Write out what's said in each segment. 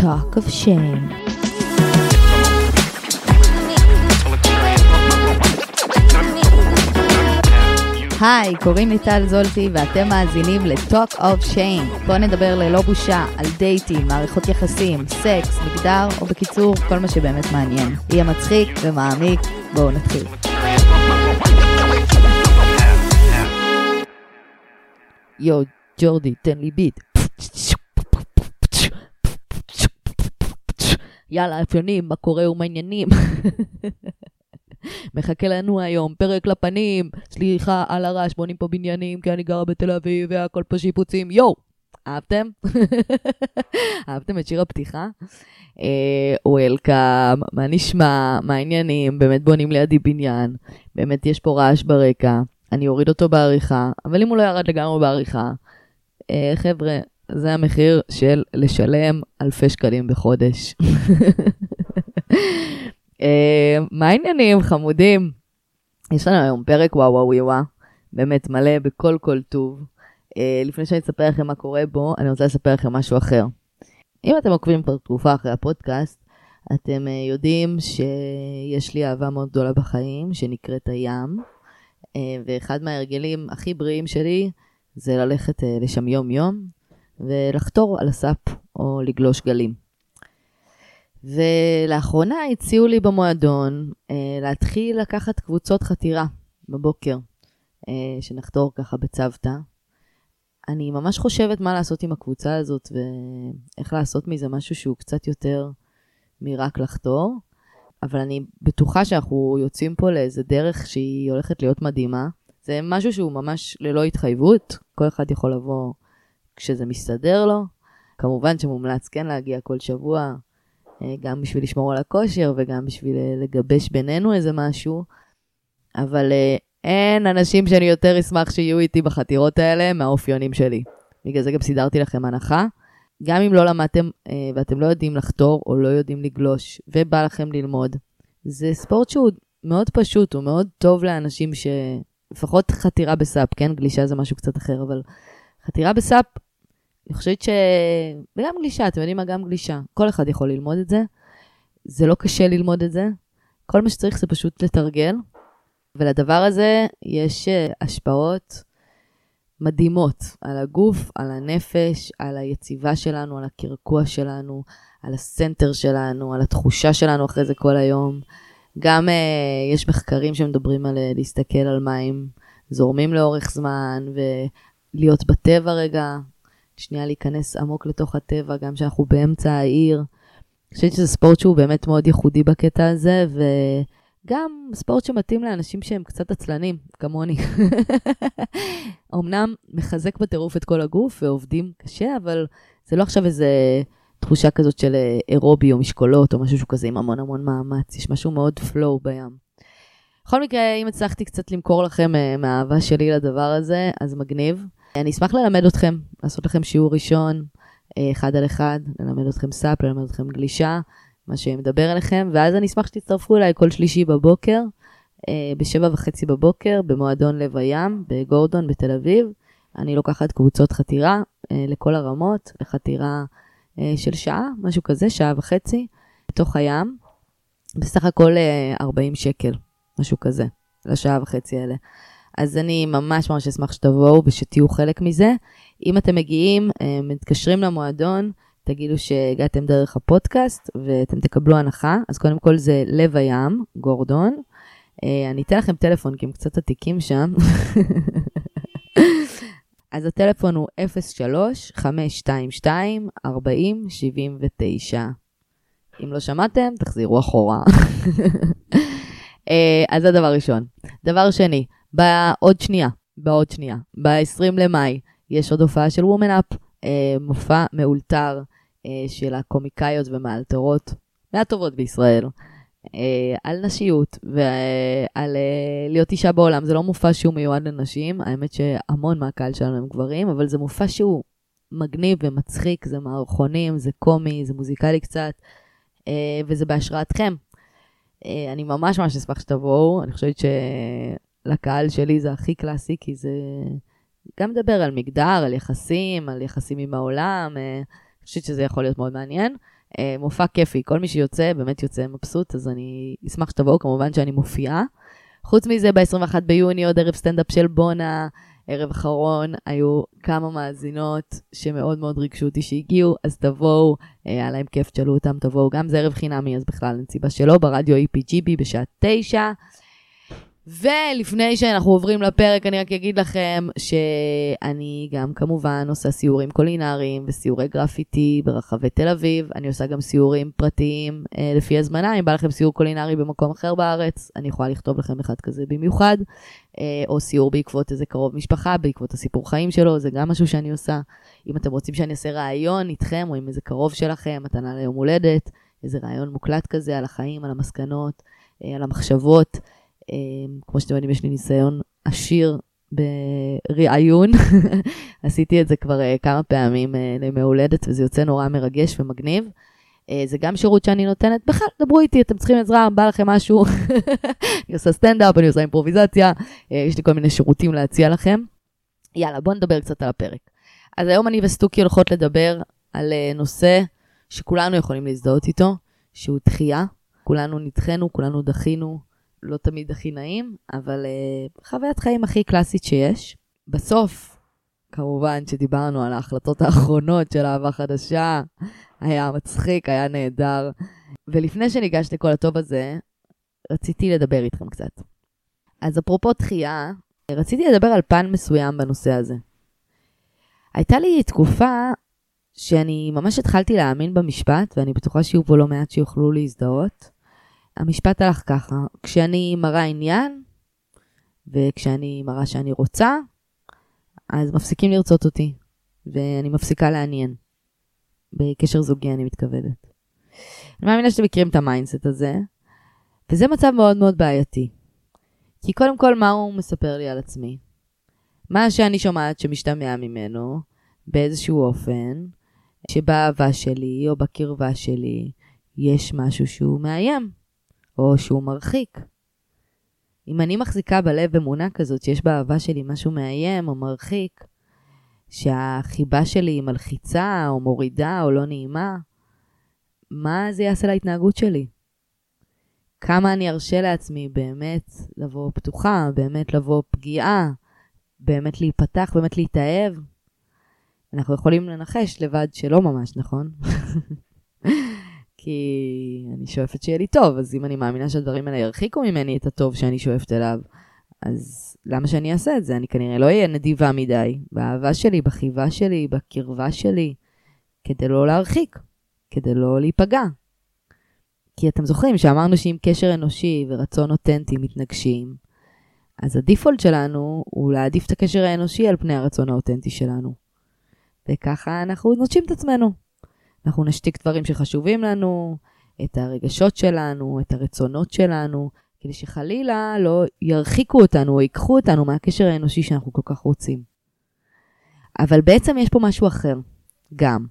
Talk of Shame. היי, קוראים לי טל זולטי ואתם מאזינים ל-Talk of Shame. בואו נדבר ללא בושה על דייטים, מערכות יחסים, סקס, מגדר, או בקיצור, כל מה שבאמת מעניין. יהיה מצחיק ומעמיק, בואו נתחיל. יו, ג'ורדי, תן לי ביט. יאללה, אפיונים, מה קורה ומעניינים? מחכה לנו היום, פרק לפנים, סליחה על הרעש, בונים פה בניינים, כי אני גרה בתל אביב, והכל פה שיפוצים, יו! אהבתם? אהבתם את שיר הפתיחה? וולקאם, מה נשמע, מה העניינים, באמת בונים לידי בניין, באמת יש פה רעש ברקע, אני אוריד אותו בעריכה, אבל אם הוא לא ירד לגמרי בעריכה, חבר'ה, זה המחיר של לשלם אלפי שקלים בחודש. מה העניינים, חמודים? יש לנו היום פרק וואו, באמת מלא בכל טוב. לפני שאני אספר לכם מה קורה בו, אני רוצה לספר לכם משהו אחר. אם אתם עוקבים כבר תקופה אחרי הפודקאסט, אתם יודעים שיש לי אהבה מאוד גדולה בחיים, שנקראת הים, ואחד מההרגלים הכי בריאים שלי, זה ללכת לשם יום, ולחתור על הסאפ או לגלוש גלים. ולאחרונה הציעו לי במועדון להתחיל לקחת קבוצות חתירה בבוקר, שנחתור ככה בצוותא. אני ממש חושבת מה לעשות עם הקבוצה הזאת, ואיך לעשות מזה משהו שהוא קצת יותר מרק לחתור. אבל אני בטוחה שאנחנו יוצאים פה לאיזה דרך שהיא הולכת להיות מדהימה. זה משהו שהוא ממש ללא התחייבות, כל אחד יכול לבוא כשזה מסתדר לו. כמובן שמומלץ כן להגיע כל שבוע, גם בשביל לשמור על הכושר וגם בשביל לגבש בינינו איזה משהו. אבל אין אנשים שאני יותר אשמח שיהיו איתי בחתירות האלה מהאופיונים שלי. בגלל זה גם סידרתי לכם הנחה. גם אם לא למדתם ואתם לא יודעים לחתור או לא יודעים לגלוש ובא לכם ללמוד, זה ספורט שהוא מאוד פשוט, הוא מאוד טוב לאנשים לפחות חתירה בסאפ, כן? גלישה זה משהו קצת אחר, אבל חתירה בסאפ, אני חושבת וגם גלישה, אתם יודעים מה? גם גלישה. כל אחד יכול ללמוד את זה. זה לא קשה ללמוד את זה. כל מה שצריך זה פשוט לתרגל. ולדבר הזה יש השפעות מדהימות על הגוף, על הנפש, על היציבה שלנו, על הקרקוע שלנו, על הסנטר שלנו, על התחושה שלנו אחרי זה כל היום. גם יש מחקרים שמדברים על להסתכל על מים זורמים לאורך זמן, ולהיות בטבע רגע, שנייה להיכנס עמוק לתוך הטבע, גם שאנחנו באמצע העיר. אני חושבת שזה ספורט שהוא באמת מאוד ייחודי בקטע הזה, וגם ספורט שמתאים לאנשים שהם קצת עצלנים, כמוני. אמנם מחזק בטירוף את כל הגוף, ועובדים קשה, אבל זה לא עכשיו איזה תחושה כזאת של אירובי או משקולות, או משהו כזה עם המון מאמץ. יש משהו מאוד פלואו בים. בכל מקרה, אם הצלחתי קצת למכור לכם מהאהבה שלי לדבר הזה, אז מגניב. אני אשמח ללמד אתכם, לעשות לכם שיעור ראשון, 1 על 1, ללמד אתכם סאפ, ללמד אתכם גלישה, מה שמדבר אליכם, ואז אני אשמח שתצטרפו אליי כל שלישי בבוקר, ב7:30 בבוקר, במועדון לב הים, בגורדון, בתל אביב. אני לוקחת קבוצות חתירה לכל הרמות, לחתירה של שעה, משהו כזה, 1.5 שעות, בתוך הים, בסך הכל 40 שקל, משהו כזה, לשעה וחצי האלה. אז אני ממש אשמח שתבואו ושתהיו חלק מזה. אם אתם מגיעים, מתקשרים למועדון, תגידו שהגעתם דרך הפודקאסט, ואתם תקבלו הנחה. אז קודם כל זה לב הים, גורדון. אני אתן לכם טלפון, כי הם קצת עתיקים שם. אז הטלפון הוא 03-522-4079. אם לא שמעתם, תחזירו אחורה. אז זה דבר ראשון. דבר שני, בעוד שנייה, ב-20 למאי, יש עוד הופעה של וומן אפ, מופע מאולתר של הקומיקאיות ומאלתרות, מהטובות בישראל, על נשיות ועל להיות אישה בעולם. זה לא מופע שהוא מיועד לנשים, האמת שהמון מהקהל שלנו הם גברים, אבל זה מופע שהוא מגניב ומצחיק, זה מערכונים, זה קומי, זה מוזיקלי קצת, וזה בהשראתכם. אני ממש אשמח שתבואו. אני חושבת שלקהל שלי זה הכי קלאסי, כי זה גם מדבר על מגדר, על יחסים עם העולם. אני חושבת שזה יכול להיות מאוד מעניין. מופע כיפי, כל מי שיוצא, באמת יוצא מבסוט, אז אני אשמח שתבואו, כמובן שאני מופיעה. חוץ מזה, ב-21 ביוני, עוד ערב סטנדאפ של בונה, ערב אחרון, היו כמה מאזינות שמאוד מאוד ריגשו אותי שהגיעו, אז תבואו, היה להם כיף, תשאלו אותם, תבואו, גם זה ערב חינמי, אז בכלל נציבה שלו, ברדיו EPGB בשעה 9, ולפני שאנחנו עוברים לפרק, אני רק אגיד לכם שאני גם כמובן עושה סיורים קולינריים וסיורי גרפיטי ברחבי תל אביב. אני עושה גם סיורים פרטיים לפי הזמנה. אם בא לכם סיור קולינרי במקום אחר בארץ, אני יכולה לכתוב לכם אחד כזה במיוחד. או סיור בעקבות איזה קרוב משפחה, בעקבות הסיפור חיים שלו, זה גם משהו שאני עושה. אם אתם רוצים שאני אעשה רעיון איתכם, או עם איזה קרוב שלכם, מתנה ליום הולדת, איזה רעיון מוקלט כזה על החיים, על המסקנות, על המחשבות. כמו שאתם יודעים, יש לי ניסיון עשיר ברעיון. עשיתי את זה כבר כמה פעמים למהולדת, וזה יוצא נורא מרגש ומגניב. זה גם שירות שאני נותנת. בכלל, דברו איתי, אתם צריכים עזרה, בא לכם משהו. אני עושה סטנדאפ, אני עושה אימפרוביזציה, יש לי כל מיני שירותים להציע לכם. יאללה, בואו נדבר קצת על הפרק. אז היום אני וסטוקי הולכות לדבר על נושא שכולנו יכולים להזדהות איתו, שהוא דחייה. כולנו נדחנו, כולנו דחינו, לא תמיד הכי נעים, אבל חוויית חיים הכי קלאסית שיש. בסוף, כמובן שדיברנו על ההחלטות האחרונות של אהבה חדשה, היה מצחיק, היה נהדר. ולפני שניגש לכל הטוב הזה, רציתי לדבר איתכם קצת. אז אפרופו דחייה, רציתי לדבר על פן מסוים בנושא הזה. הייתה לי תקופה שאני ממש התחלתי להאמין במשפט, ואני בטוחה שיהיו פה לא מעט שיוכלו להזדהות. המשפט הלך ככה, כשאני מראה עניין, וכשאני מראה שאני רוצה, אז מפסיקים לרצות אותי, ואני מפסיקה לעניין. בקשר זוגי אני מתכוונת. אני מאמינה שאתם מכירים את המיינדסט הזה, וזה מצב מאוד מאוד בעייתי. כי קודם כל, מה הוא מספר לי על עצמי? מה שאני שומעת שמשתמע ממנו, באיזשהו אופן, שבאהבה שלי או בקרבה שלי, יש משהו שהוא מאיים. או שהוא מרחיק. אם אני מחזיקה בלב אמונה כזאת שיש באהבה שלי משהו מאיים או מרחיק, שהחיבה שלי היא מלחיצה או מורידה או לא נעימה, מה זה יעשה להתנהגות שלי? כמה אני ארשה לעצמי באמת לבוא פתוחה, באמת לבוא פגיעה, באמת להיפתח, באמת להתאהב? אנחנו יכולים לנחש לבד שלא ממש, נכון? כי אני שואפת שיהיה לי טוב, אז אם אני מאמינה שהדברים האלה ירחיקו ממני את הטוב שאני שואפת אליו, אז למה שאני אעשה את זה? אני כנראה לא אהיה נדיבה מדי, באהבה שלי, בחיבה שלי, בקרבה שלי, כדי לא להרחיק, כדי לא להיפגע. כי אתם זוכרים שאמרנו שאם קשר אנושי ורצון אותנטי מתנגשים, אז הדיפולט שלנו הוא להעדיף את הקשר האנושי על פני הרצון האותנטי שלנו. וככה אנחנו נוטשים את עצמנו. אנחנו נשתיק דברים שחשובים לנו, את הרגשות שלנו, את הרצונות שלנו, כדי שחלילה לא ירחיקו אותנו או ייקחו אותנו מהקשר האנושי שאנחנו כל כך רוצים. אבל בעצם יש פה משהו אחר, גם.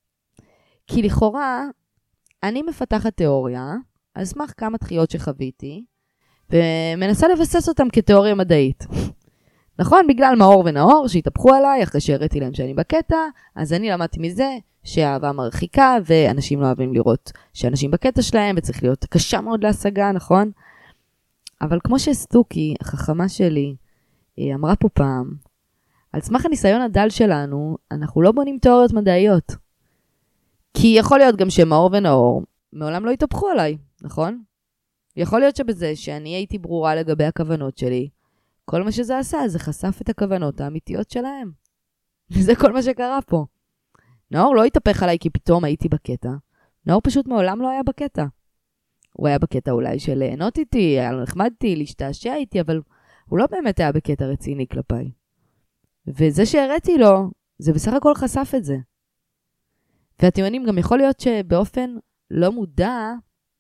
כי לכאורה, אני מפתחת תיאוריה, על סמך כמה דחיות שחוויתי, ומנסה לבסס אותם כתיאוריה מדעית. נכון, בגלל מאור ונאור שהתהפכו עליי, אחרי שהראיתי להם שאני בקטע, אז אני למדתי מזה שהאהבה מרחיקה, ואנשים לא אוהבים לראות שאנשים בקטע שלהם, וצריך להיות קשה מאוד להשגה, נכון? אבל כמו שסטוקי, החכמה שלי, אמרה פה פעם, על סמך הניסיון הדל שלנו, אנחנו לא בונים תיאוריות מדעיות. כי יכול להיות גם שמאור ונאור מעולם לא התהפכו עליי, נכון? יכול להיות שבזה שאני הייתי ברורה לגבי הכוונות שלי, כל מה שזה עשה זה חשף את הכוונות האמיתיות שלהם. וזה כל מה שקרה פה. נאור לא התהפך עליי כי פתאום הייתי בקטע. נאור פשוט מעולם לא היה בקטע. הוא היה בקטע אולי של ליהנות איתי, היה לו נחמדתי, להשתעשע איתי, אבל הוא לא באמת היה בקטע רציני כלפיי. וזה שהראיתי לו, זה בסך הכל חשף את זה. ואתם יודעים, גם יכול להיות שבאופן לא מודע,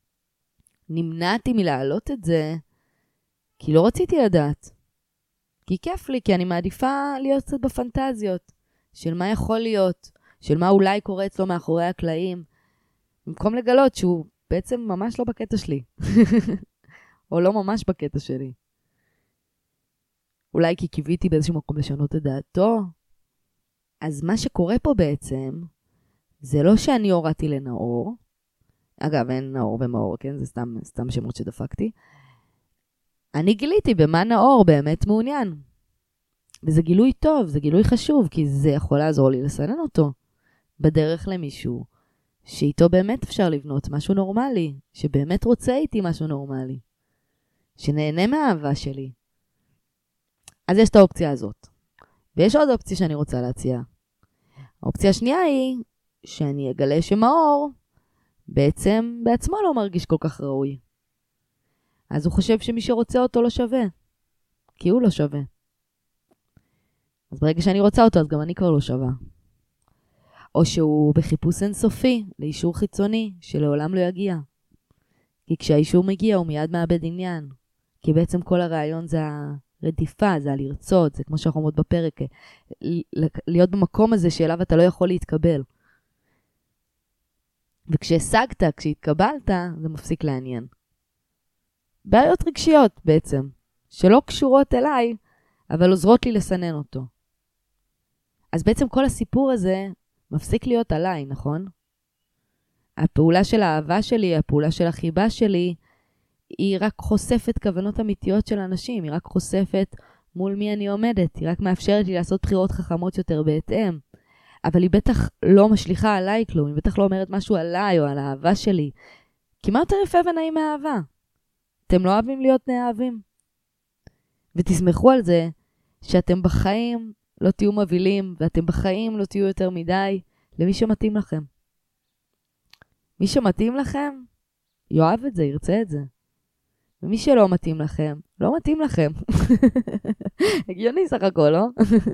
נמנעתי מלהעלות את זה, כי לא רציתי לדעת. כי כיף לי, כי אני מעדיפה להיות קצת בפנטזיות, של מה יכול להיות, של מה אולי קורה אצלו מאחורי הקלעים, במקום לגלות שהוא בעצם ממש לא בקטע שלי. או לא ממש בקטע שלי. אולי כי קיוויתי באיזשהו מקום לשנות את דעתו. אז מה שקורה פה בעצם, זה לא שאני הורדתי לנאור, אגב, אין נאור ומאור, כן? זה סתם שמות שדפקתי. אני גיליתי במה נאור באמת מעוניין. וזה גילוי טוב, זה גילוי חשוב, כי זה יכול לעזור לי לסנן אותו בדרך למישהו, שאיתו באמת אפשר לבנות משהו נורמלי, שבאמת רוצה איתי משהו נורמלי, שנהנה מהאהבה שלי. אז יש את האופציה הזאת. ויש עוד אופציה שאני רוצה להציע. האופציה השנייה היא שאני אגלה שמאור בעצם בעצמו לא מרגיש כל כך ראוי. אז הוא חושב שמי שרוצה אותו לא שווה, כי הוא לא שווה. אז ברגע שאני רוצה אותו, אז גם אני כבר לא שווה. או שהוא בחיפוש אינסופי, לאישור חיצוני, שלעולם לא יגיע. כי כשהאישור מגיע, הוא מיד מאבד עניין. כי בעצם כל הרעיון זה הרדיפה, זה הלרצות, זה כמו שאנחנו אומרות בפרק, להיות במקום הזה שאליו אתה לא יכול להתקבל. וכשהשגת, כשהתקבלת, זה מפסיק לעניין. בעיות רגשיות בעצם, שלא קשורות אליי, אבל עוזרות לי לסנן אותו. אז בעצם כל הסיפור הזה מפסיק להיות עליי, נכון? הפעולה של האהבה שלי, הפעולה של החיבה שלי, היא רק חושפת כוונות אמיתיות של אנשים, היא רק חושפת מול מי אני עומדת, היא רק מאפשרת לי לעשות בחירות חכמות יותר בהתאם. אבל היא בטח לא משליחה עליי כלום, היא בטח לא אומרת משהו עליי או על האהבה שלי. כי מה יותר יפה ונעים מאהבה? אתם לא אוהבים להיות נאהבים? ותסמכו על זה שאתם בחיים לא תהיו מבילים, ואתם בחיים לא תהיו יותר מדי למי שמתאים לכם. מי שמתאים לכם, יאהב את זה, ירצה את זה. ומי שלא מתאים לכם, לא מתאים לכם. הגיוני סך הכל, לא?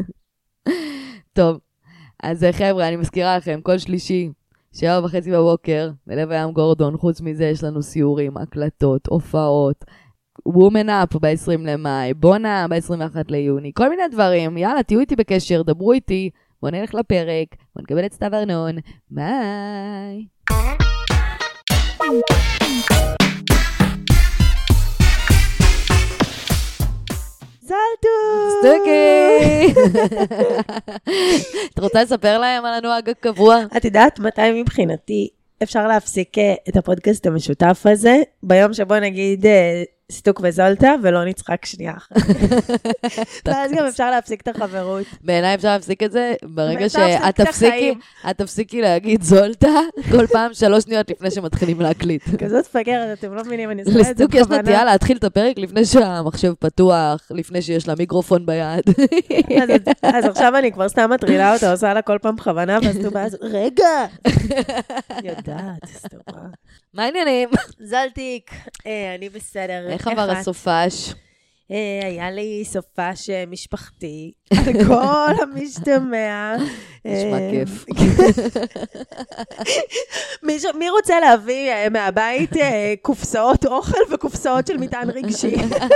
טוב, אז חבר'ה, אני מזכירה לכם, כל שלישי, 7:30 בבוקר, בלב הים גורדון, חוץ מזה יש לנו סיורים, הקלטות, הופעות, וומן אפ ב-20 למאי, בונה ב-21 ליוני, כל מיני דברים. יאללה, תהיו איתי בקשר, דברו איתי, בואו נלך לפרק, בואו נקבל את סתיו ארנון, ביי. זלטו! סטוקי! את רוצה לספר להם על הנוהג הקבוע? את יודעת מתי מבחינתי אפשר להפסיק את הפודקאסט המשותף הזה, ביום שבו נגיד סטוק וזולטה, ולא נצחק שנייה אחת. ואז גם אפשר להפסיק את החברות. בעיניי אפשר להפסיק את זה, ברגע שאת תפסיקי להגיד זולטה, כל פעם 3 שניות לפני שמתחילים להקליט. כזאת פגרת, אתם לא מבינים, אני עושה את זה לסטוק יש נטייה להתחיל את הפרק לפני שהמחשב פתוח, לפני שיש לה מיקרופון ביד. אז עכשיו אני כבר סתם מטרילה אותה, עושה לה כל פעם בכוונה, ואז תובה, רגע! יודעת, סתובה. מה העניינים? זלטיק, אני בסדר. איך עבר הסופש? היה לי סופש משפחתי, על כל המשתמע. נשמע כיף. מי רוצה להביא מהבית קופסאות אוכל וקופסאות של מטען רגשי?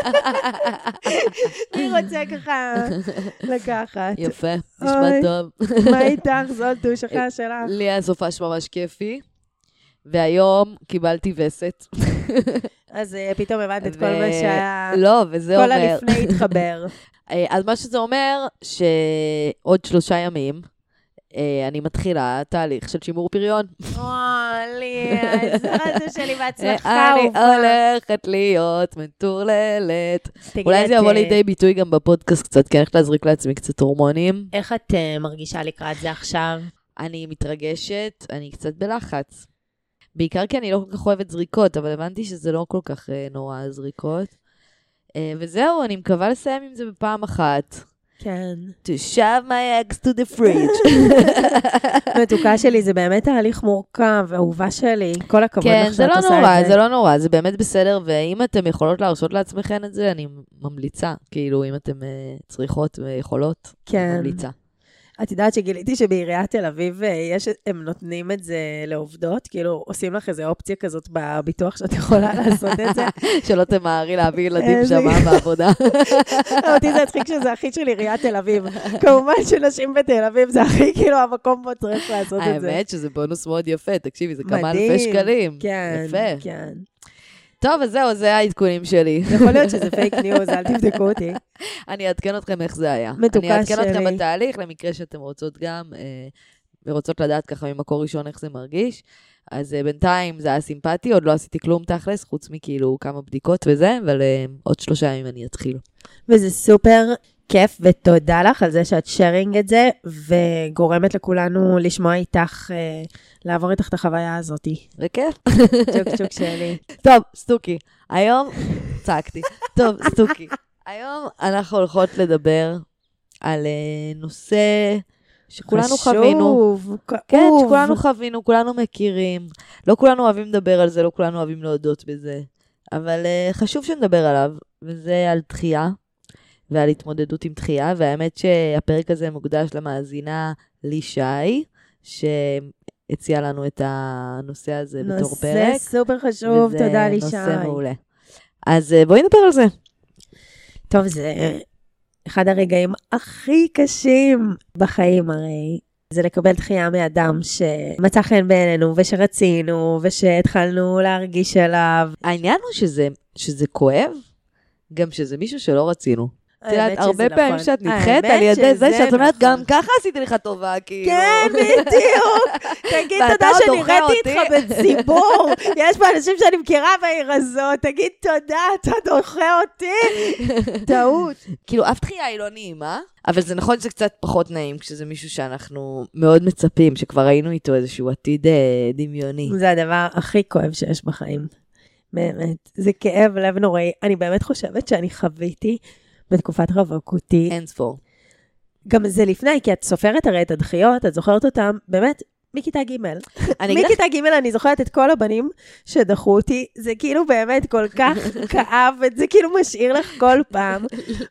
מי רוצה ככה לקחת? יפה, נשמע טוב. מה איתך, זולטוש, אחרי השאלה? לי היה סופש ממש כיפי. והיום קיבלתי וסת. אז פתאום הבנת את כל מה שהיה... לא, וזה אומר... כל הלפני התחבר. אז מה שזה אומר, שעוד 3 ימים, אני מתחילה תהליך של שימור פריון. לי, הזו שלי בהצלחה. אני הולכת להיות מטורללת. אולי זה יבוא לידי ביטוי גם בפודקאסט קצת, כי אני הולכת להזריק לעצמי קצת הורמונים. איך את מרגישה לקראת זה עכשיו? אני מתרגשת, אני קצת בלחץ. בעיקר כי אני לא כל כך אוהבת זריקות, אבל הבנתי שזה לא כל כך נורא זריקות. וזהו, אני מקווה לסיים עם זה בפעם אחת. כן. To shove my eggs to the fridge. מתוקה שלי, זה באמת תהליך מורכב, אהובה שלי, כל הכבוד לך שאת עושה את זה. כן, זה לא נורא, זה לא נורא, זה באמת בסדר, ואם אתם יכולות להרשות לעצמכם את זה, אני ממליצה, כאילו, אם אתם צריכות ויכולות, אני ממליצה. את יודעת שגיליתי שבעיריית תל אביב הם נותנים את זה לעובדות, כאילו עושים לך איזו אופציה כזאת בביטוח שאת יכולה לעשות את זה. שלא תמהרי להביא ילדים שמה בעבודה. אותי זה הצחיק שזה הכי של עיריית תל אביב. כמובן שנשים בתל אביב זה הכי כאילו המקום בו צריך לעשות את זה. האמת שזה בונוס מאוד יפה, תקשיבי, זה כמה אלפי שקלים. כן, יפה. כן. טוב, אז זהו, זה העדכונים שלי. יכול להיות שזה פייק ניוז, אל תבדקו אותי. אני אעדכן אתכם איך זה היה. מתוקה אני אעדכן שלי. אתכם בתהליך, למקרה שאתם רוצות גם ורוצות לדעת ככה ממקור ראשון איך זה מרגיש. אז בינתיים זה היה סימפטי, עוד לא עשיתי כלום תכלס, חוץ מכאילו כמה בדיקות וזה, אבל עוד 3 ימים אני אתחיל. וזה סופר כיף, ותודה לך על זה שאת שיירינג את זה, וגורמת לכולנו לשמוע איתך, לעבור איתך את החוויה הזאת. זה כיף. צ'וק צ'וק שלי. טוב, סטוקי, היום, צעקתי. טוב, סטוקי, היום אנחנו הולכות לדבר על נושא שכולנו חווינו. כן, שכולנו חווינו, כולנו מכירים. לא כולנו אוהבים לדבר על זה, לא כולנו אוהבים להודות בזה. אבל חשוב שנדבר עליו, וזה על דחייה, ועל התמודדות עם דחייה, והאמת שהפרק הזה מוקדש למאזינה לישי, שהציעה לנו את הנושא הזה בתור פרק. נושא סופר חשוב, תודה לישי. וזה נושא מעולה. אז בואי נדבר על זה. טוב, זה אחד הרגעים הכי קשים בחיים הרי. זה לקבל דחייה מאדם שמצא חן בעינינו, ושרצינו, ושהתחלנו להרגיש עליו. העניין הוא שזה כואב, גם שזה מישהו שלא רצינו. את יודעת, הרבה פעמים שאת נדחית על ידי זה שאת אומרת, גם ככה עשיתי לך טובה, כאילו. כן, בדיוק. תגיד תודה שנראיתי איתך בציבור. יש פה אנשים שאני מכירה בעיר הזאת. תגיד תודה, אתה דוחה אותי. טעות. כאילו, אף דחייה היא לא נעימה, אבל זה נכון שזה קצת פחות נעים, כשזה מישהו שאנחנו מאוד מצפים, שכבר ראינו איתו איזשהו עתיד דמיוני. זה הדבר הכי כואב שיש בחיים. באמת. זה כאב לב נוראי. אני באמת חושבת שאני חוויתי בתקופת רווקותי. אין ספור. גם זה לפני, כי את סופרת הרי את הדחיות, את זוכרת אותם, באמת, מכיתה ג'. מכיתה ג' אני זוכרת את כל הבנים שדחו אותי, זה כאילו באמת כל כך כאב, וזה כאילו משאיר לך כל פעם,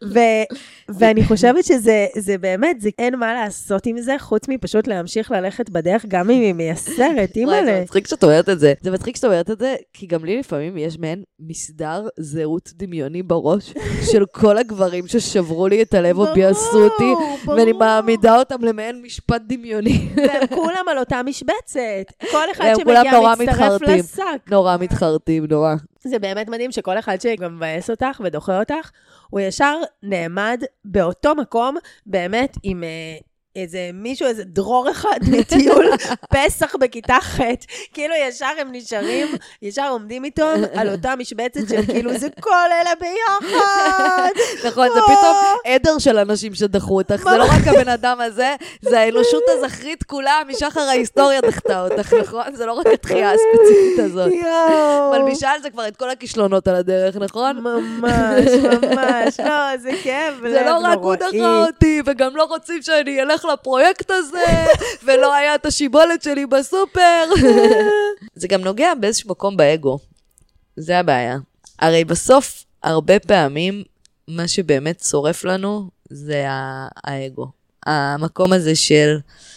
ואני חושבת שזה באמת, אין מה לעשות עם זה, חוץ מפשוט להמשיך ללכת בדרך, גם אם היא מייסרת, אימא'לה. זה מצחיק שאת אומרת את זה. זה מצחיק שאת אומרת את זה, כי גם לי לפעמים יש מעין מסדר זהות דמיוני בראש, של כל הגברים ששברו לי את הלב או ביאסו אותי, ואני מעמידה אותם למעין משפט דמיוני. והם כולם על אותה משבצת. כל אחד שמגיע מצטרף לשק. נורא מתחרטים, נורא. זה באמת מדהים שכל אחד שגם מבאס אותך ודוחה אותך, הוא ישר נעמד באותו מקום, באמת עם איזה מישהו, איזה דרור אחד מטיול פסח בכיתה ח', כאילו ישר הם נשארים, ישר עומדים איתו על אותה משבצת של כאילו זה כל אלה ביחד. נכון, זה פתאום עדר של אנשים שדחו אותך, זה לא רק הבן אדם הזה, זה האנושות הזכרית כולה, משחר ההיסטוריה דחתה אותך, נכון? זה לא רק התחייה הספציפית הזאת. מלבישה על זה כבר את כל הכישלונות על הדרך, נכון? ממש, ממש, לא, זה כאב לב נוראי. זה לא רק הוא דחה אותי, וגם לא רוצים שאני אלך לפרויקט הזה, ולא היה את השיבולת שלי בסופר. זה גם נוגע באיזשהו מקום באגו. זה הבעיה. הרי בסוף, הרבה פעמים, מה שבאמת שורף לנו, זה האגו. המקום הזה של,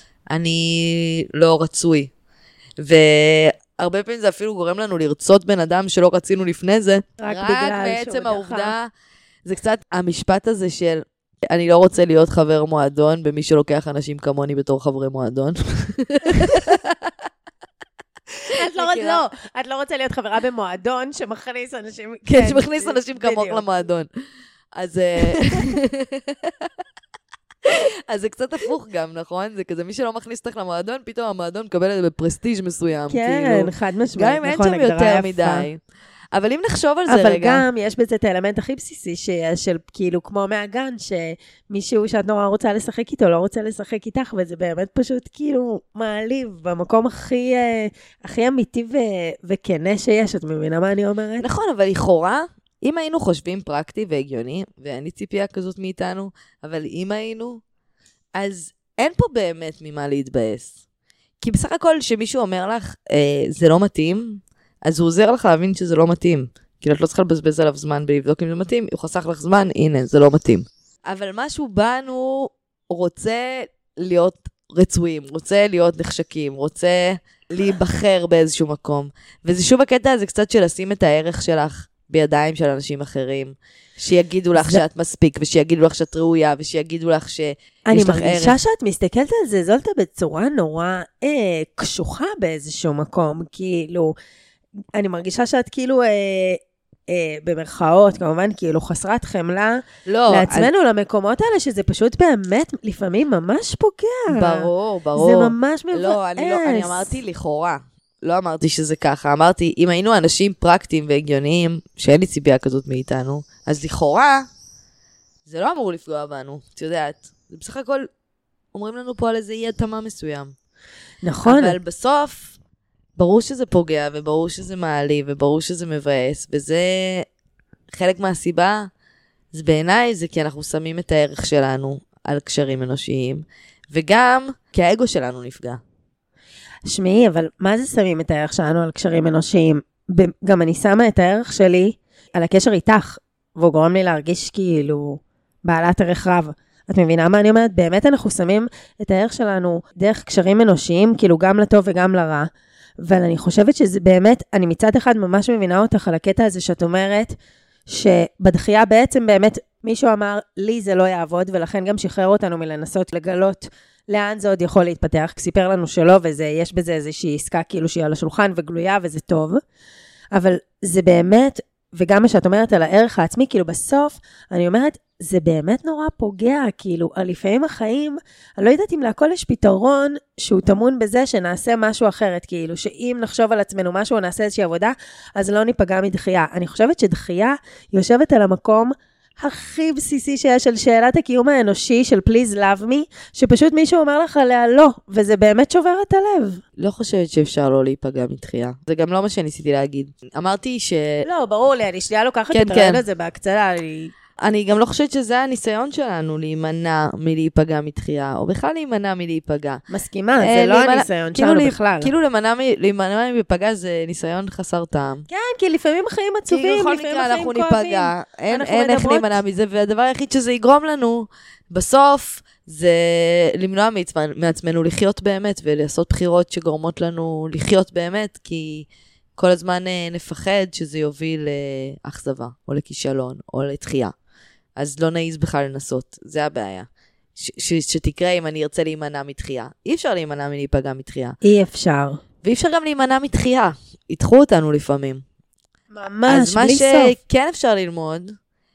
אני לא רצוי. והרבה פעמים זה אפילו גורם לנו לרצות בן אדם שלא רצינו לפני זה. רק בגלל בעצם העובדה, זה קצת המשפט הזה של, אני לא רוצה להיות חבר מועדון, במי שלוקח אנשים כמוני בתור חברי מועדון. את לא רוצה להיות חברה במועדון שמכניס אנשים... כן, שמכניס אנשים כמוך למועדון. אז זה קצת הפוך גם, נכון? זה כזה, מי שלא מכניס אותך למועדון, פתאום המועדון מקבל את זה בפרסטיג' מסוים. כן, חד משמעית. גם אם אין שם יותר מדי. אבל אם נחשוב על זה רגע... אבל גם יש בזה את האלמנט הכי בסיסי שיש, של כאילו כמו מהגן, שמישהו שאת נורא רוצה לשחק איתו, לא רוצה לשחק איתך, וזה באמת פשוט כאילו מעליב, במקום הכי אמיתי וכנה שיש, את מבינה מה אני אומרת? נכון, אבל לכאורה, אם היינו חושבים פרקטי והגיוני, ואין לי ציפייה כזאת מאיתנו, אבל אם היינו, אז אין פה באמת ממה להתבאס. כי בסך הכל שמישהו אומר לך, זה לא מתאים, אז הוא עוזר לך להבין שזה לא מתאים. כאילו, את לא צריכה לבזבז עליו זמן בלבדוק אם זה מתאים, הוא חסך לך זמן, הנה, זה לא מתאים. אבל משהו בנו רוצה להיות רצויים, רוצה להיות נחשקים, רוצה להיבחר באיזשהו מקום. וזה שוב הקטע הזה קצת של לשים את הערך שלך בידיים של אנשים אחרים, שיגידו לך שאת מספיק, ושיגידו לך שאת ראויה, ושיגידו לך שיש לך ערך. אני מרגישה שאת מסתכלת על זה, זולתה בצורה נורא קשוחה באיזשהו מקום, כאילו... אני מרגישה שאת כאילו במרכאות, כמובן, כאילו חסרת חמלה, לא, לעצמנו, למקומות האלה, שזה פשוט באמת, לפעמים ממש פוגע. ברור, ברור. זה ממש מבאס. לא, אני אמרתי לכאורה. לא אמרתי שזה ככה. אמרתי, אם היינו אנשים פרקטיים והגיוניים, שאין לי ציפייה כזאת מאיתנו, אז לכאורה, זה לא אמור לפגוע בנו. את יודעת, זה בסך הכל, אומרים לנו פה על איזה אי התאמה מסוים. נכון. אבל בסוף, ברור שזה פוגע, וברור שזה מעליב, וברור שזה מבאס, וזה חלק מהסיבה, אז בעיניי זה כי אנחנו שמים את הערך שלנו על קשרים אנושיים, וגם כי האגו שלנו נפגע. שמי, אבל מה זה שמים את הערך שלנו על קשרים אנושיים? גם אני שמה את הערך שלי על הקשר איתך, והוא גורם לי להרגיש כאילו בעלת ערך רב. את מבינה מה אני אומרת? באמת אנחנו שמים את הערך שלנו דרך קשרים אנושיים, כאילו גם לטוב וגם לרע. אבל אני חושבת שזה באמת, אני מצד אחד ממש מבינה אותך על הקטע הזה שאת אומרת, שבדחייה בעצם באמת מישהו אמר, לי זה לא יעבוד, ולכן גם שחרר אותנו מלנסות לגלות לאן זה עוד יכול להתפתח, סיפר לנו שלא, ויש בזה איזושהי עסקה כאילו שהיא על השולחן וגלויה, וזה טוב. אבל זה באמת, וגם מה שאת אומרת על הערך העצמי, כאילו בסוף, אני אומרת, זה באמת נורא פוגע, כאילו, לפעמים החיים, אני לא יודעת אם להכל יש פתרון שהוא תמון בזה שנעשה משהו אחרת, כאילו, שאם נחשוב על עצמנו משהו או נעשה איזושהי עבודה, אז לא ניפגע מדחייה. אני חושבת שדחייה יושבת על המקום הכי בסיסי שיש, של שאלת הקיום האנושי, של please love me, שפשוט מישהו אומר לך עליה לא, וזה באמת שובר את הלב. לא חושבת שאפשר לא להיפגע מדחייה. זה גם לא מה שניסיתי להגיד. אמרתי לא, ברור לי, אני שנייה לוקחת את הרעיון הזה בהקצלה, אני גם לא חושבת שזה הניסיון שלנו להימנע מלהיפגע מדחייה, או בכלל להימנע מלהיפגע. מסכימה, זה לא הניסיון שלנו בכלל. כאילו להימנע מלהיפגע זה ניסיון חסר טעם. כן, כי לפעמים החיים עצובים, לפעמים החיים כואבים. אין איך להימנע מזה, והדבר היחיד שזה יגרום לנו, בסוף זה למנוע מעצמנו לחיות באמת, ולעשות בחירות שגורמות לנו לחיות באמת, כי כל הזמן נפחד שזה יוביל לאכזבה, או לכישלון, או לתחייה. אז לא נעיז בכלל לנסות, זה הבעיה. שתקרה אם אני ארצה להימנע מתחייה. אי אפשר להימנע מלהיפגע מתחייה. אי אפשר. ואי אפשר גם להימנע מתחייה. ידחו אותנו לפעמים. ממש, בלי סוף. אז מה שכן אפשר ללמוד,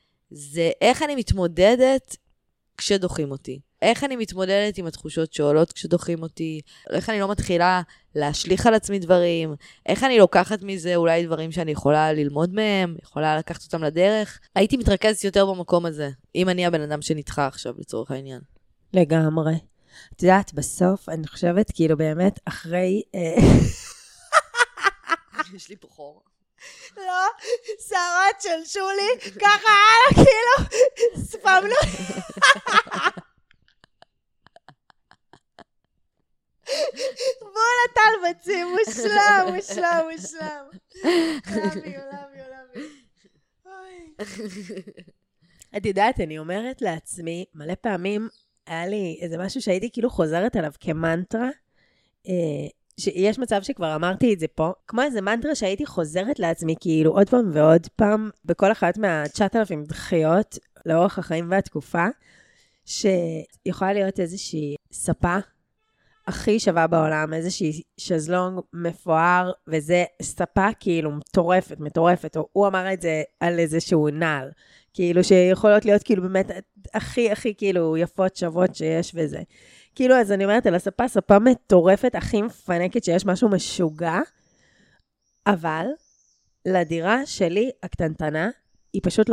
זה איך אני מתמודדת כשדוחים אותי. איך אני מתמודדת עם התחושות שעולות כשדוחים אותי, איך אני לא מתחילה להשליך על עצמי דברים, איך אני לוקחת מזה אולי דברים שאני יכולה ללמוד מהם, יכולה לקחת אותם לדרך. הייתי מתרכזת יותר במקום הזה, אם אני הבן אדם שנדחה עכשיו לצורך העניין. לגמרי. את יודעת, בסוף אני חושבת כאילו באמת אחרי... יש לי פה חור. לא, שערות של שולי, ככה הלאה כאילו, ספמנו. בוא נטל בצים, מושלם. עולמי. את יודעת, אני אומרת לעצמי, מלא פעמים היה לי איזה משהו שהייתי כאילו חוזרת עליו כמנטרה, שיש מצב שכבר אמרתי את זה פה, כמו איזה מנטרה שהייתי חוזרת לעצמי כאילו עוד פעם ועוד פעם, בכל אחת מה-9,000 דחיות לאורך החיים והתקופה, שיכולה להיות איזושהי ספה, הכי שווה בעולם, איזושהי שזלונג מפואר, וזה ספה כאילו מטורפת, או הוא אמר את זה על איזשהו נעל, כאילו שיכולות להיות כאילו באמת הכי כאילו יפות שוות שיש וזה. כאילו אז אני אומרת על הספה, ספה מטורפת, הכי מפנקת שיש משהו משוגע, אבל לדירה שלי הקטנטנה, היא פשוט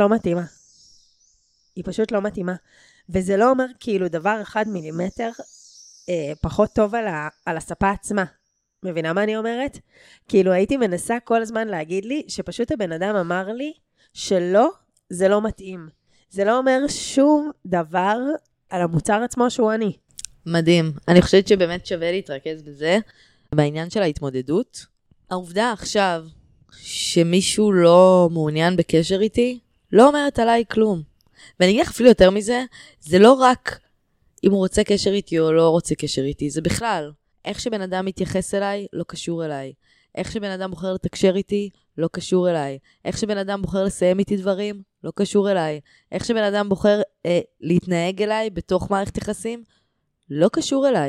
לא מתאימה. וזה לא אומר כאילו דבר 1 מילימטר, פחות טוב על הספה עצמה. מבינה מה אני אומרת? כאילו הייתי מנסה כל הזמן להגיד לי, שפשוט הבן אדם אמר לי, שלא, זה לא מתאים. זה לא אומר שום דבר על המוצר עצמו שהוא אני. מדהים. אני חושבת שבאמת שווה להתרכז בזה. בעניין של ההתמודדות, העובדה עכשיו, שמישהו לא מעוניין בקשר איתי, לא אומרת עליי כלום. ואני אגיד לך אפילו יותר מזה, זה לא רק אם הוא רוצה קשר איתי או לא רוצה קשר איתי, זה בכלל. איך שבן אדם מתייחס אליי, לא קשור אליי. איך שבן אדם בוחר לתקשר איתי, לא קשור אליי. איך שבן אדם בוחר לסיים איתי דברים, לא קשור אליי. איך שבן אדם בוחר להתנהג אליי בתוך מערכת יחסים, לא קשור אליי.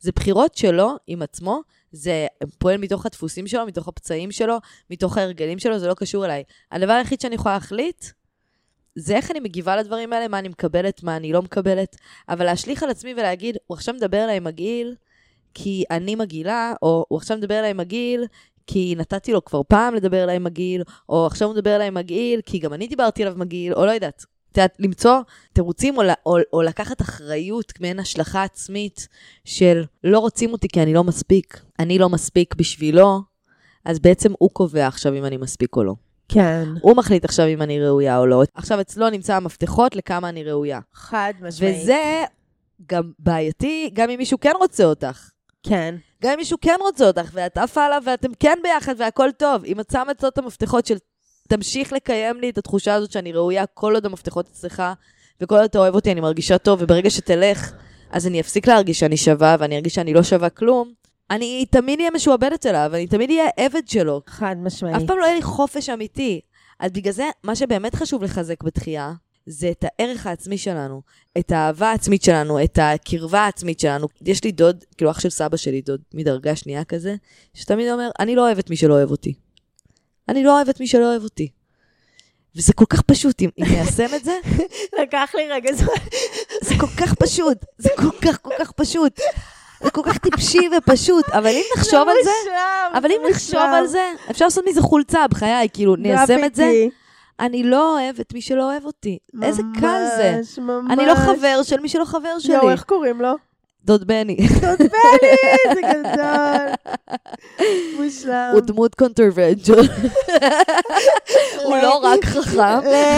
זה בחירות שלו עם עצמו, זה פועל מתוך הדפוסים שלו, מתוך הפצעים שלו, מתוך ההרגלים שלו, זה לא קשור אליי. הדבר היחיד שאני יכולה להחליט, זה איך אני מגיבה לדברים האלה, מה אני מקבלת, מה אני לא מקבלת, אבל להשליך על עצמי ולהגיד, הוא עכשיו מדבר אליי מגעיל, כי אני מגעילה, או הוא עכשיו מדבר אליי מגעיל, כי נתתי לו כבר פעם לדבר אליי מגעיל, או עכשיו הוא מדבר אליי מגעיל, כי גם אני דיברתי עליו מגעיל, או לא יודעת. למצוא תירוצים או לקחת אחריות מעין השלכה עצמית של לא רוצים אותי כי אני לא מספיק. אני לא מספיק בשבילו, אז בעצם הוא קובע עכשיו אם אני מספיק או לא. כן. הוא מחליט עכשיו אם אני ראויה או לא. עכשיו אצלו נמצא המפתחות לכמה אני ראויה. חד משמעית. וזה גם בעייתי, גם אם מישהו כן רוצה אותך. כן. גם אם מישהו כן רוצה אותך, ואת עפה עליו ואתם כן ביחד והכל טוב. אם את שמה את המפתחות של תמשיך לקיים לי את התחושה הזאת שאני ראויה כל עוד המפתחות אצלך, וכל עוד אתה אוהב אותי, אני מרגישה טוב, וברגע שתלך, אז אני אפסיק להרגיש שאני שווה, ואני ארגיש שאני לא שווה כלום, אני תמיד אהיה משועבדת אליו, אני תמיד אהיה עבד שלו. חד משמעית. אף פעם לא יהיה לי חופש אמיתי. אז בגלל זה, מה שבאמת חשוב לחזק בתחייה, זה את הערך העצמי שלנו, את האהבה העצמית שלנו, את הקרבה העצמית שלנו. יש לי דוד, כאילו אח של סבא שלי, דוד מדרגה שנייה כזה, שתמיד אומר, אני לא אוהבת מי שלא אוהב אותי. אני לא אוהבת מי שלא אוהב אותי. וזה כל כך פשוט, אם ניישם את זה. לקח לי רגע זמן. זה כל כך פשוט. זה כל כך פשוט. זה כל כך טיפשי ופשוט. אבל אם נחשוב על זה, אפשר לעשות מזה חולצה בחיי, כאילו ניישם את זה. אני לא אוהבת מי שלא אוהב אותי. איזה קל זה. אני לא חבר של מי שלא חבר שלי. יו, איך קוראים לו? דוד בני. דוד בני, זה גדול. מושלם. הוא דמות קונטרוברג'ל. הוא לא רק חכם.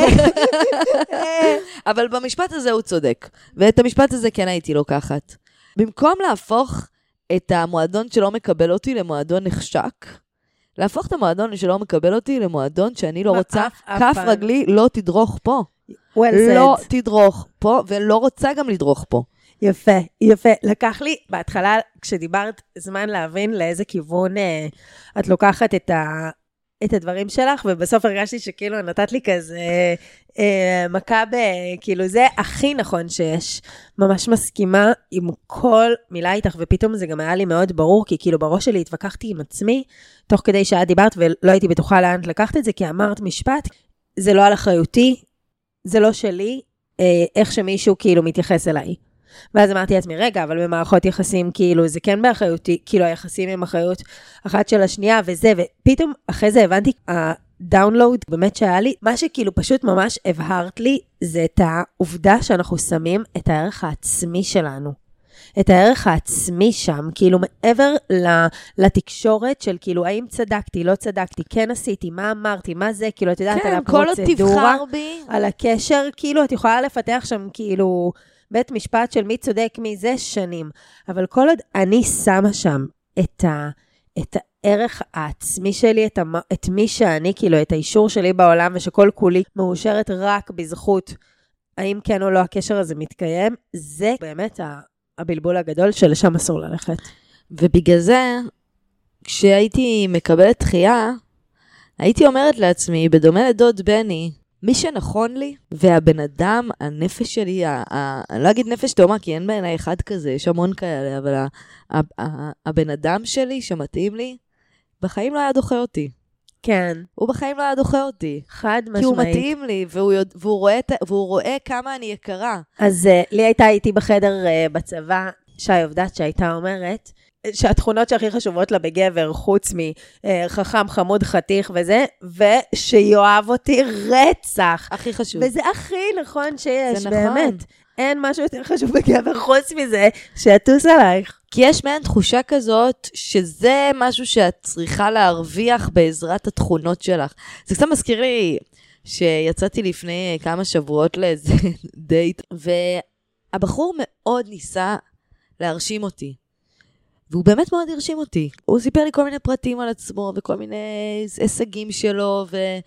אבל במשפט הזה הוא צודק. ואת המשפט הזה כן הייתי לוקחת. במקום להפוך את המועדון שלא מקבל אותי למועדון נחשק, להפוך את המועדון שלא מקבל אותי למועדון שאני לא רוצה, כף רגלי לא תדרוך פה. לא תדרוך פה, ולא רוצה גם לדרוך פה. יפה, יפה. לקח לי בהתחלה, כשדיברת זמן להבין לאיזה כיוון את לוקחת את הדברים שלך, ובסוף הרגשתי שכאילו נתת לי כזה מכה כאילו זה הכי נכון שיש. ממש מסכימה עם כל מילה איתך, ופתאום זה גם היה לי מאוד ברור, כי כאילו בראש שלי התווכחתי עם עצמי, תוך כדי שאת דיברת, ולא הייתי בטוחה לאן לקחת את זה, כי אמרת משפט, זה לא על אחריותי, זה לא שלי, איך שמישהו כאילו מתייחס אליי. ואז אמרתי לעצמי, רגע, אבל במערכות יחסים, כאילו, זה כן באחריותי, כאילו, היחסים עם אחריות אחת של השנייה, וזה, ופתאום אחרי זה הבנתי, הדאונלואוד באמת שהיה לי, מה שכאילו פשוט ממש הבהרת לי, זה את העובדה שאנחנו שמים את הערך העצמי שלנו. את הערך העצמי שם, כאילו, מעבר לתקשורת של, כאילו, האם צדקתי, לא צדקתי, כן עשיתי, מה אמרתי, מה זה, כאילו, את יודעת, כן, על הפרוצדורה, בי. על הקשר, כאילו, את יכולה לפתח שם, כאילו, בית משפט של מי צודק מי זה שנים, אבל כל עוד אני שמה שם את הערך העצמי שלי, את מי שאני, כאילו את האישור שלי בעולם, ושכל כולי מאושרת רק בזכות, האם כן או לא הקשר הזה מתקיים, זה באמת הבלבול הגדול שלשם אסור ללכת. ובגלל זה, כשהייתי מקבלת דחייה, הייתי אומרת לעצמי, בדומה לדוד בני, מי שנכון לי, והבן אדם, הנפש שלי, אני לא אגיד נפש תאומה, כי אין בעיניי אחד כזה, יש המון כאלה, אבל הבן אדם שלי שמתאים לי, בחיים לא היה דוחה אותי. כן. הוא בחיים לא היה דוחה אותי. חד משמעית. כי הוא מתאים לי, והוא רואה כמה אני יקרה. אז לי הייתה איתי בחדר בצבא, שי עובדת שהייתה אומרת, שהתכונות שהכי חשובות לה בגבר, חוץ מחכם, חמוד, חתיך וזה, ושיואב אותי רצח. הכי חשוב. וזה הכי נכון שיש, זה באמת. נכון. אין משהו יותר חשוב בגבר, חוץ מזה, שיטוס עלייך. כי יש מעין תחושה כזאת, שזה משהו שאת צריכה להרוויח בעזרת התכונות שלך. זה קצת מזכיר לי שיצאתי לפני כמה שבועות לאיזה דייט, והבחור מאוד ניסה להרשים אותי. והוא באמת מאוד הרשים אותי. הוא סיפר לי כל מיני פרטים על עצמו, וכל מיני הישגים שלו,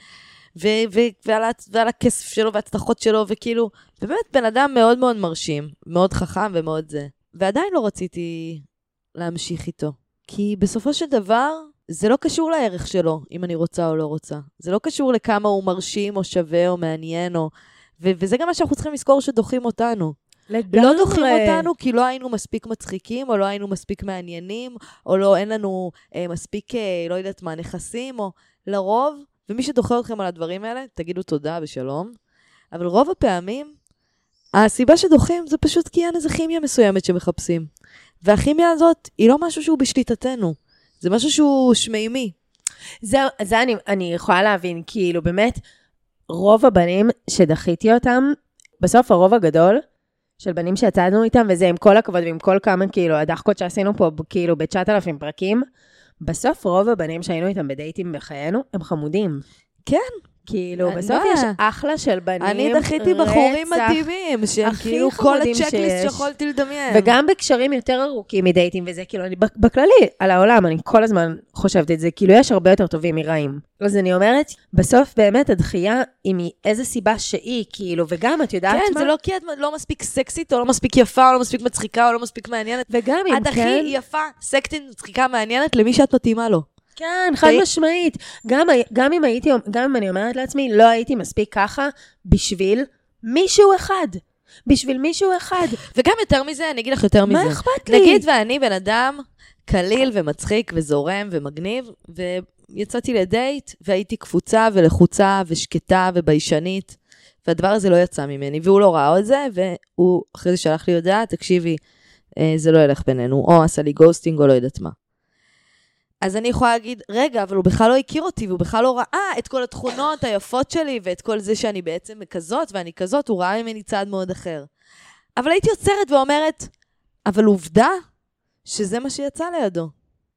ועל הכסף שלו, והצלחות שלו, וכאילו, באמת בן אדם מאוד מאוד מרשים, מאוד חכם ומאוד זה. ועדיין לא רציתי להמשיך איתו. כי בסופו של דבר, זה לא קשור לערך שלו, אם אני רוצה או לא רוצה. זה לא קשור לכמה הוא מרשים, או שווה, או מעניין, וזה גם מה שאנחנו צריכים לזכור שדוחים אותנו. לא דוחים אותנו כי לא היינו מספיק מצחיקים, או לא היינו מספיק מעניינים, או לא, אין לנו מספיק, לא יודעת מה, נכסים, או לרוב, ומי שדוחה אתכם על הדברים האלה, תגידו תודה ושלום. אבל רוב הפעמים, הסיבה שדוחים זה פשוט כי אין איזו כימיה מסוימת שמחפשים. והכימיה הזאת היא לא משהו שהוא בשליטתנו. זה משהו שהוא שמימי. זה אני יכולה להבין, כאילו באמת, רוב הבנים שדחיתי אותם, בסוף הרוב הגדול של בנים שיצאנו איתם, וזה עם כל הכבוד ועם כל כמה, כאילו, הדחקות שעשינו פה, כאילו, ב9,000 פרקים, בסוף רוב הבנים שהיינו איתם בדייטים בחיינו, הם חמודים. כן. כאילו, בסוף יש אחלה של בנים, אני דחיתי בחורים מתאימים, שהם כאילו כל הצ'קליסט שיכולתי לדמיין. וגם בקשרים יותר ארוכים מדייטים, וזה כאילו, אני בכללי, על העולם, אני כל הזמן חושבת את זה, כאילו יש הרבה יותר טובים מרעים. אז אני אומרת, בסוף באמת הדחייה, היא מאיזה סיבה שהיא, כאילו, וגם את יודעת מה? כן, זה לא כי את לא מספיק סקסית, או לא מספיק יפה, או לא מספיק מצחיקה, או לא מספיק מעניינת. וגם אם כן... את הכי יפה, סקסית, מצחיקה, מעניינת, למי שאת מתאימה לו. כן, חד משמעית. גם אם אני אומרת לעצמי, לא הייתי מספיק ככה בשביל מישהו אחד. בשביל מישהו אחד. וגם יותר מזה, אני אגיד לך יותר מזה. מה אכפת לי? נגיד ואני בן אדם קליל ומצחיק וזורם ומגניב, ויצאתי לדייט, והייתי קפוצה ולחוצה ושקטה וביישנית, והדבר הזה לא יצא ממני, והוא לא ראה את זה, והוא אחרי זה שלח לי הודעה, תקשיבי, זה לא ילך בינינו, או עשה לי גוסטינג או לא יודעת מה. אז אני יכולה להגיד, רגע, אבל הוא בכלל לא הכיר אותי, והוא בכלל לא ראה את כל התכונות היפות שלי, ואת כל זה שאני בעצם כזאת, ואני כזאת, הוא ראה ממני צעד מאוד אחר. אבל הייתי יוצרת ואומרת, אבל עובדה שזה מה שיצא לידו.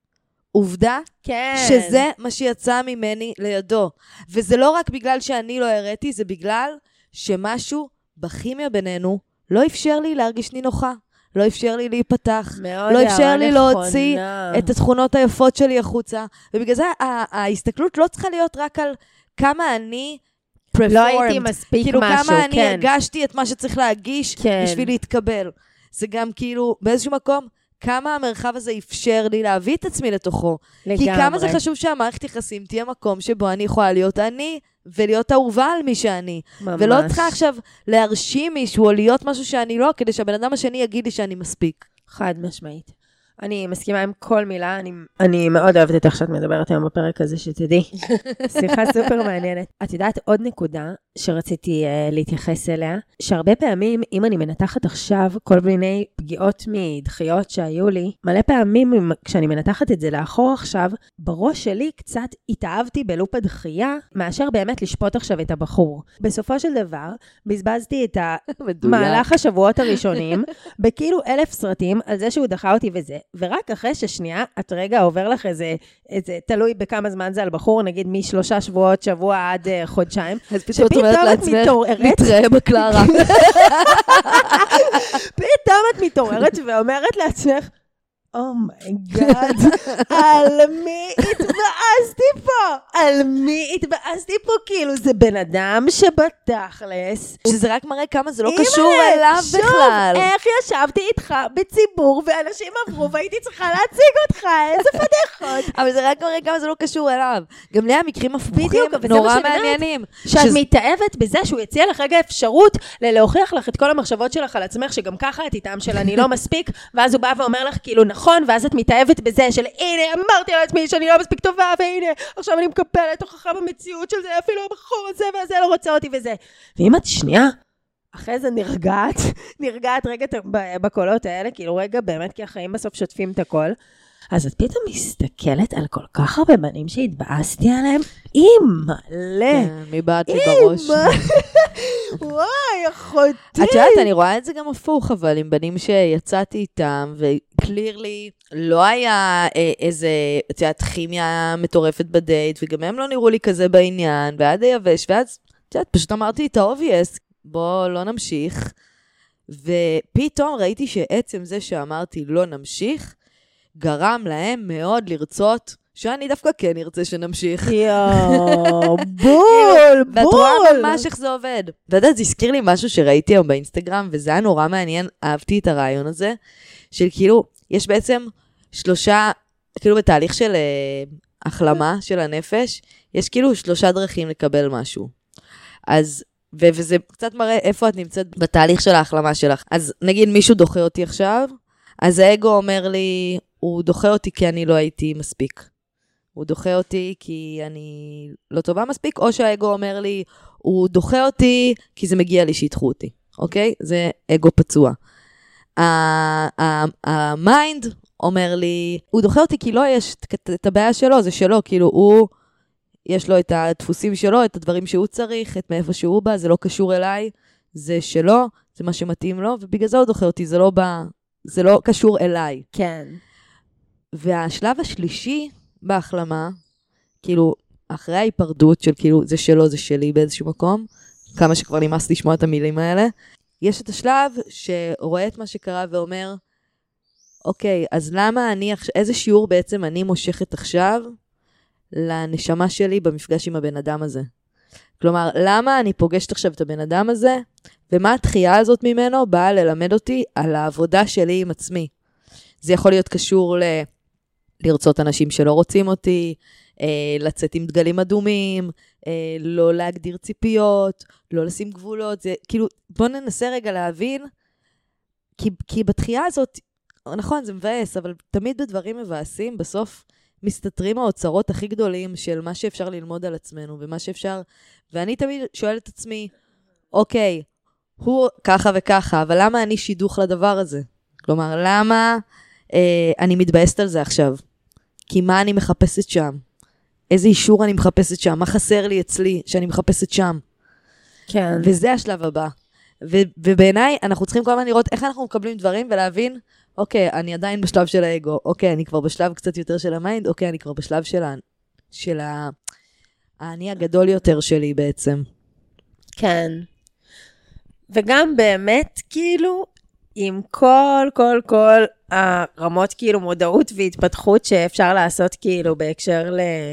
עובדה כן. שזה מה שיצא ממני לידו. וזה לא רק בגלל שאני לא הראיתי, זה בגלל שמשהו בכימיה בינינו לא אפשר לי להרגיש נינוחה. לא אפשר לי להיפתח, לא אפשר לי להוציא את התכונות היפות שלי החוצה, ובגלל זה ההסתכלות לא צריכה להיות רק על כמה אני performed, לא הייתי מספיק כאילו משהו, כמה אני כן. הרגשתי את מה שצריך להגיש בשביל להתקבל. זה גם כאילו באיזשהו מקום, כמה המרחב הזה אפשר לי להביא את עצמי לתוכו. לגמרי. כי כמה זה חשוב שהמערכת יחסים תהיה מקום שבו אני יכולה להיות אני, ולהיות אהובה על מי שאני. ממש. ולא צריכה עכשיו להרשים מישהו, או להיות משהו שאני לא, כדי שהבן אדם השני יגיד לי שאני מספיק. חד משמעית. אני מסכימה עם כל מילה, אני מאוד אוהבת את איך שאת מדברת היום בפרק הזה, שתדעי. שיחה סופר מעניינת. את יודעת עוד נקודה שרציתי להתייחס אליה, שהרבה פעמים, אם אני מנתחת עכשיו כל מיני פגיעות מדחיות שהיו לי, מלא פעמים כשאני מנתחת את זה לאחור עכשיו, בראש שלי קצת התאהבתי בלופ הדחייה, מאשר באמת לשפוט עכשיו את הבחור. בסופו של דבר, בזבזתי את מהלך השבועות הראשונים, בכאילו 1,000 סרטים על זה שהוא דחה אותי וזה. ורק אחרי ששנייה, את רגע עובר לך איזה, תלוי בכמה זמן זה על בחור, נגיד מ3 שבועות, שבוע עד חודשיים. אז פתאום את אומרת לעצמך, נתראה בקלרה. פתאום את מתעוררת ואומרת לעצמך, אומייגאד, על מי התבאסתי פה? על מי התבאסתי פה? כאילו זה בן אדם שבתכלס. שזה רק מראה כמה זה לא קשור אליו בכלל. שוב, איך ישבתי איתך בציבור ואנשים עברו והייתי צריכה להציג אותך, איזה פדיחות. אבל זה רק מראה כמה זה לא קשור אליו. גם לי המקרים הפוכים נורא מעניינים. שאת מתאהבת בזה שהוא יציע לך רגע אפשרות להוכיח לך את כל המחשבות שלך על עצמך, שגם ככה את איתם של אני לא מספיק, ואז הוא בא ואומר לך כאילו נכון, ואז את מתאהבת בזה של הנה, אמרתי על עצמי שאני לא מספיק טובה, והנה, עכשיו אני מקפלת הוכחה במציאות של זה, אפילו הבחור הזה והזה לא רוצה אותי וזה. ואם את שנייה, אחרי זה נרגעת רגע בקולות האלה, כאילו רגע באמת כי החיים בסוף שוטפים את הכל, אז את פתאום מסתכלת על כל כך הרבה בנים שהתבאסתי עליהם, אימא'לה. מבעט לי בראש. וואי, אחותי. את יודעת, אני רואה את זה גם הפוך, אבל עם בנים שיצאתי איתם, וקלירלי לא היה איזה, את יודעת, כימיה מטורפת בדייט, וגם הם לא נראו לי כזה בעניין, ועד היבש, ואז, את יודעת, פשוט אמרתי את האובייס, בוא לא נמשיך, ופתאום ראיתי שעצם זה שאמרתי לא נמשיך, גרם להם מאוד לרצות, שאני דווקא כן ארצה שנמשיך. יואו, בול. ואת רואה ממש איך זה עובד. ואתה יודע, זה הזכיר לי משהו שראיתי היום באינסטגרם, וזה היה נורא מעניין, אהבתי את הרעיון הזה, של כאילו, יש בעצם 3, כאילו בתהליך של החלמה של הנפש, יש כאילו 3 דרכים לקבל משהו. אז וזה קצת מראה איפה את נמצאת בתהליך של ההחלמה שלך. אז נגיד מישהו דוחה אותי עכשיו, אז האגו אומר לי, הוא דוחה אותי כי אני לא הייתי מספיק. הוא דוחה אותי כי אני לא טובה מספיק, או שהאגו אומר לי, הוא דוחה אותי כי זה מגיע לי שיתחו אותי. אוקיי? זה אגו פצוע. המיינד אומר לי, הוא דוחה אותי כי לא יש את הבעיה שלו, זה שלו, כאילו הוא, יש לו את הדפוסים שלו, את הדברים שהוא צריך, את מאיפה שהוא בא, זה לא קשור אליי, זה שלו, זה מה שמתאים לו, ובגלל זה הוא דוחה אותי, זה לא קשור אליי. כן. והשלב השלישי בהחלמה, כאילו, אחרי ההיפרדות של כאילו, זה שלו, זה שלי באיזשהו מקום, כמה שכבר נמאס לשמוע את המילים האלה, יש את השלב שרואה את מה שקרה ואומר, אוקיי, אז למה איזה שיעור בעצם אני מושכת עכשיו לנשמה שלי במפגש עם הבן אדם הזה? כלומר, למה אני פוגשת עכשיו את הבן אדם הזה, ומה התחייה הזאת ממנו באה ללמד אותי על העבודה שלי עם עצמי? זה יכול להיות קשור לרצות אנשים שלא רוצים אותי, לצאת עם דגלים אדומים, לא להגדיר ציפיות, לא לשים גבולות, זה כאילו, בוא ננסה רגע להבין, כי בתחייה הזאת, נכון, זה מבאס, אבל תמיד בדברים מבאסים, בסוף מסתתרים האוצרות הכי גדולים של מה שאפשר ללמוד על עצמנו, ומה שאפשר, ואני תמיד שואלת את עצמי, אוקיי, הוא ככה וככה, אבל למה אני שידוך לדבר הזה? כלומר, למה אני מתבאסת על זה עכשיו? כי מה אני מחפשת שם? איזה אישור אני מחפשת שם? מה חסר לי אצלי שאני מחפשת שם? כן. וזה השלב הבא. ובעיניי אנחנו צריכים כל הזמן לראות איך אנחנו מקבלים דברים ולהבין, אוקיי, אני עדיין בשלב של האגו, אוקיי, אני כבר בשלב קצת יותר של המיינד, אוקיי, אני כבר בשלב של האני הגדול יותר שלי בעצם. כן. וגם באמת, כאילו, עם כל הרמות, כאילו, מודעות והתפתחות שאפשר לעשות, כאילו, בהקשר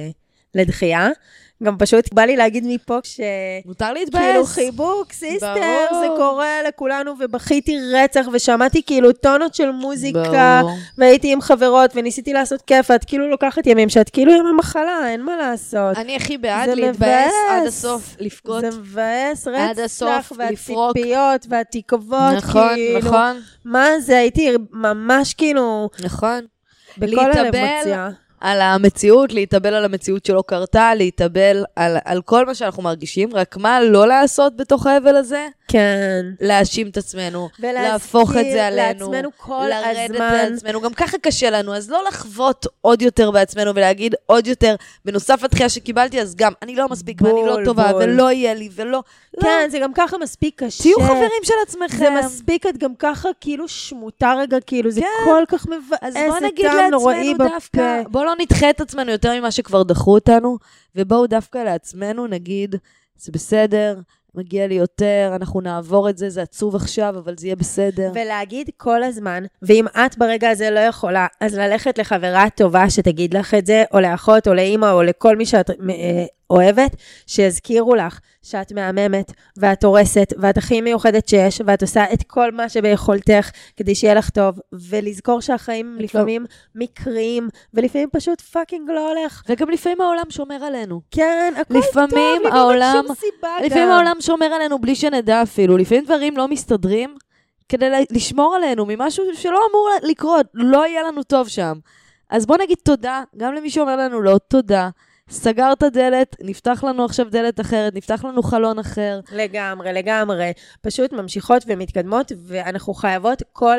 לדחייה, גם פשוט בא לי להגיד מפה מותר להתבאס. כאילו חיבוק, סיסטר, זה קורה לכולנו, ובכיתי רצח, ושמעתי כאילו טונות של מוזיקה, והייתי עם חברות, וניסיתי לעשות כיף, ואת כאילו לוקחת ימים, שאת כאילו ימי מחלה, אין מה לעשות. אני הכי בעד להתבאס עד הסוף, לפקות. זה מבאס רצח, והציפיות, והתקוות, נכון, כאילו. נכון. מה זה, הייתי ממש כאילו... נכון. בכל הלב מוציאה. על המציאות, להתאבל על המציאות שלא קרתה, להתאבל על כל מה שאנחנו מרגישים, רק מה לא לעשות בתוך האבל הזה? כן. להאשים את עצמנו, להפוך את זה עלינו, לעצמנו כל לרדת הזמן. לעצמנו, גם ככה קשה לנו, אז לא לחוות עוד יותר בעצמנו, ולהגיד עוד יותר, בנוסף לתחייה שקיבלתי, אז גם, אני לא מספיק, ואני לא טובה, ולא יהיה לי, ולא... כן, זה גם ככה מספיק קשה. תהיו חברים של עצמכם. זה מספיק, את גם ככה כאילו שמוטה רגע, כאילו זה כל כך מבאס, אז בוא נגיד לעצמנו דווקא, בוא לא נדחה את עצמנו יותר ממה שכבר דחו אותנו, ובואו דווקא לעצמנו נגיד, זה בסדר, מגיע לי יותר, אנחנו נעבור את זה, זה עצוב עכשיו, אבל זה יהיה בסדר. ולהגיד כל הזמן, ואם את ברגע הזה לא יכולה, אז ללכת לחברה טובה שתגיד לך את זה, או לאחות, או לאמא, או לכל מי שאת אוהבת, שיזכירו לך שאת מהממת, ואת הורסת, ואת הכי מיוחדת שיש, ואת עושה את כל מה שביכולתך, כדי שיהיה לך טוב, ולזכור שהחיים לפעמים מקריים, ולפעמים פשוט פאקינג לא הולך. וגם לפעמים העולם שומר עלינו. כן, הכל לפעמים טוב, העולם, שום סיבה לפעמים גם. העולם שומר עלינו בלי שנדע אפילו, לפעמים דברים לא מסתדרים, כדי לשמור עלינו ממשהו שלא אמור לקרות, לא יהיה לנו טוב שם. אז בוא נגיד תודה, גם למי שאומר לנו לא, תודה. סגר את הדלת, נפתח לנו עכשיו דלת אחרת, נפתח לנו חלון אחר. לגמרי, לגמרי. פשוט ממשיכות ומתקדמות, ואנחנו חייבות כל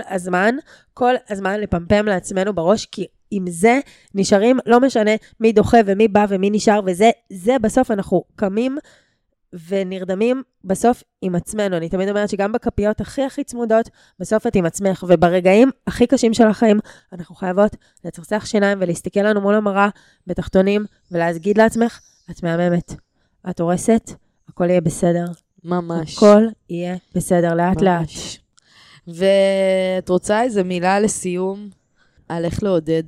הזמן לפמפם לעצמנו בראש, כי עם זה נשארים, לא משנה מי דוחה ומי בא ומי נשאר, וזה בסוף אנחנו קמים ונרדמים בסוף עם עצמנו. אני תמיד אומרת שגם בכפיות הכי צמודות, בסוף את עם עצמך, וברגעים הכי קשים של החיים, אנחנו חייבות לצחצח שיניים ולהסתכל לנו מול המראה בתחתונים, ולהגיד לעצמך, את מהממת, את הורסת, הכל יהיה בסדר. ממש. הכל יהיה בסדר, לאט לאט. ואת רוצה איזה מילה לסיום על איך לעודד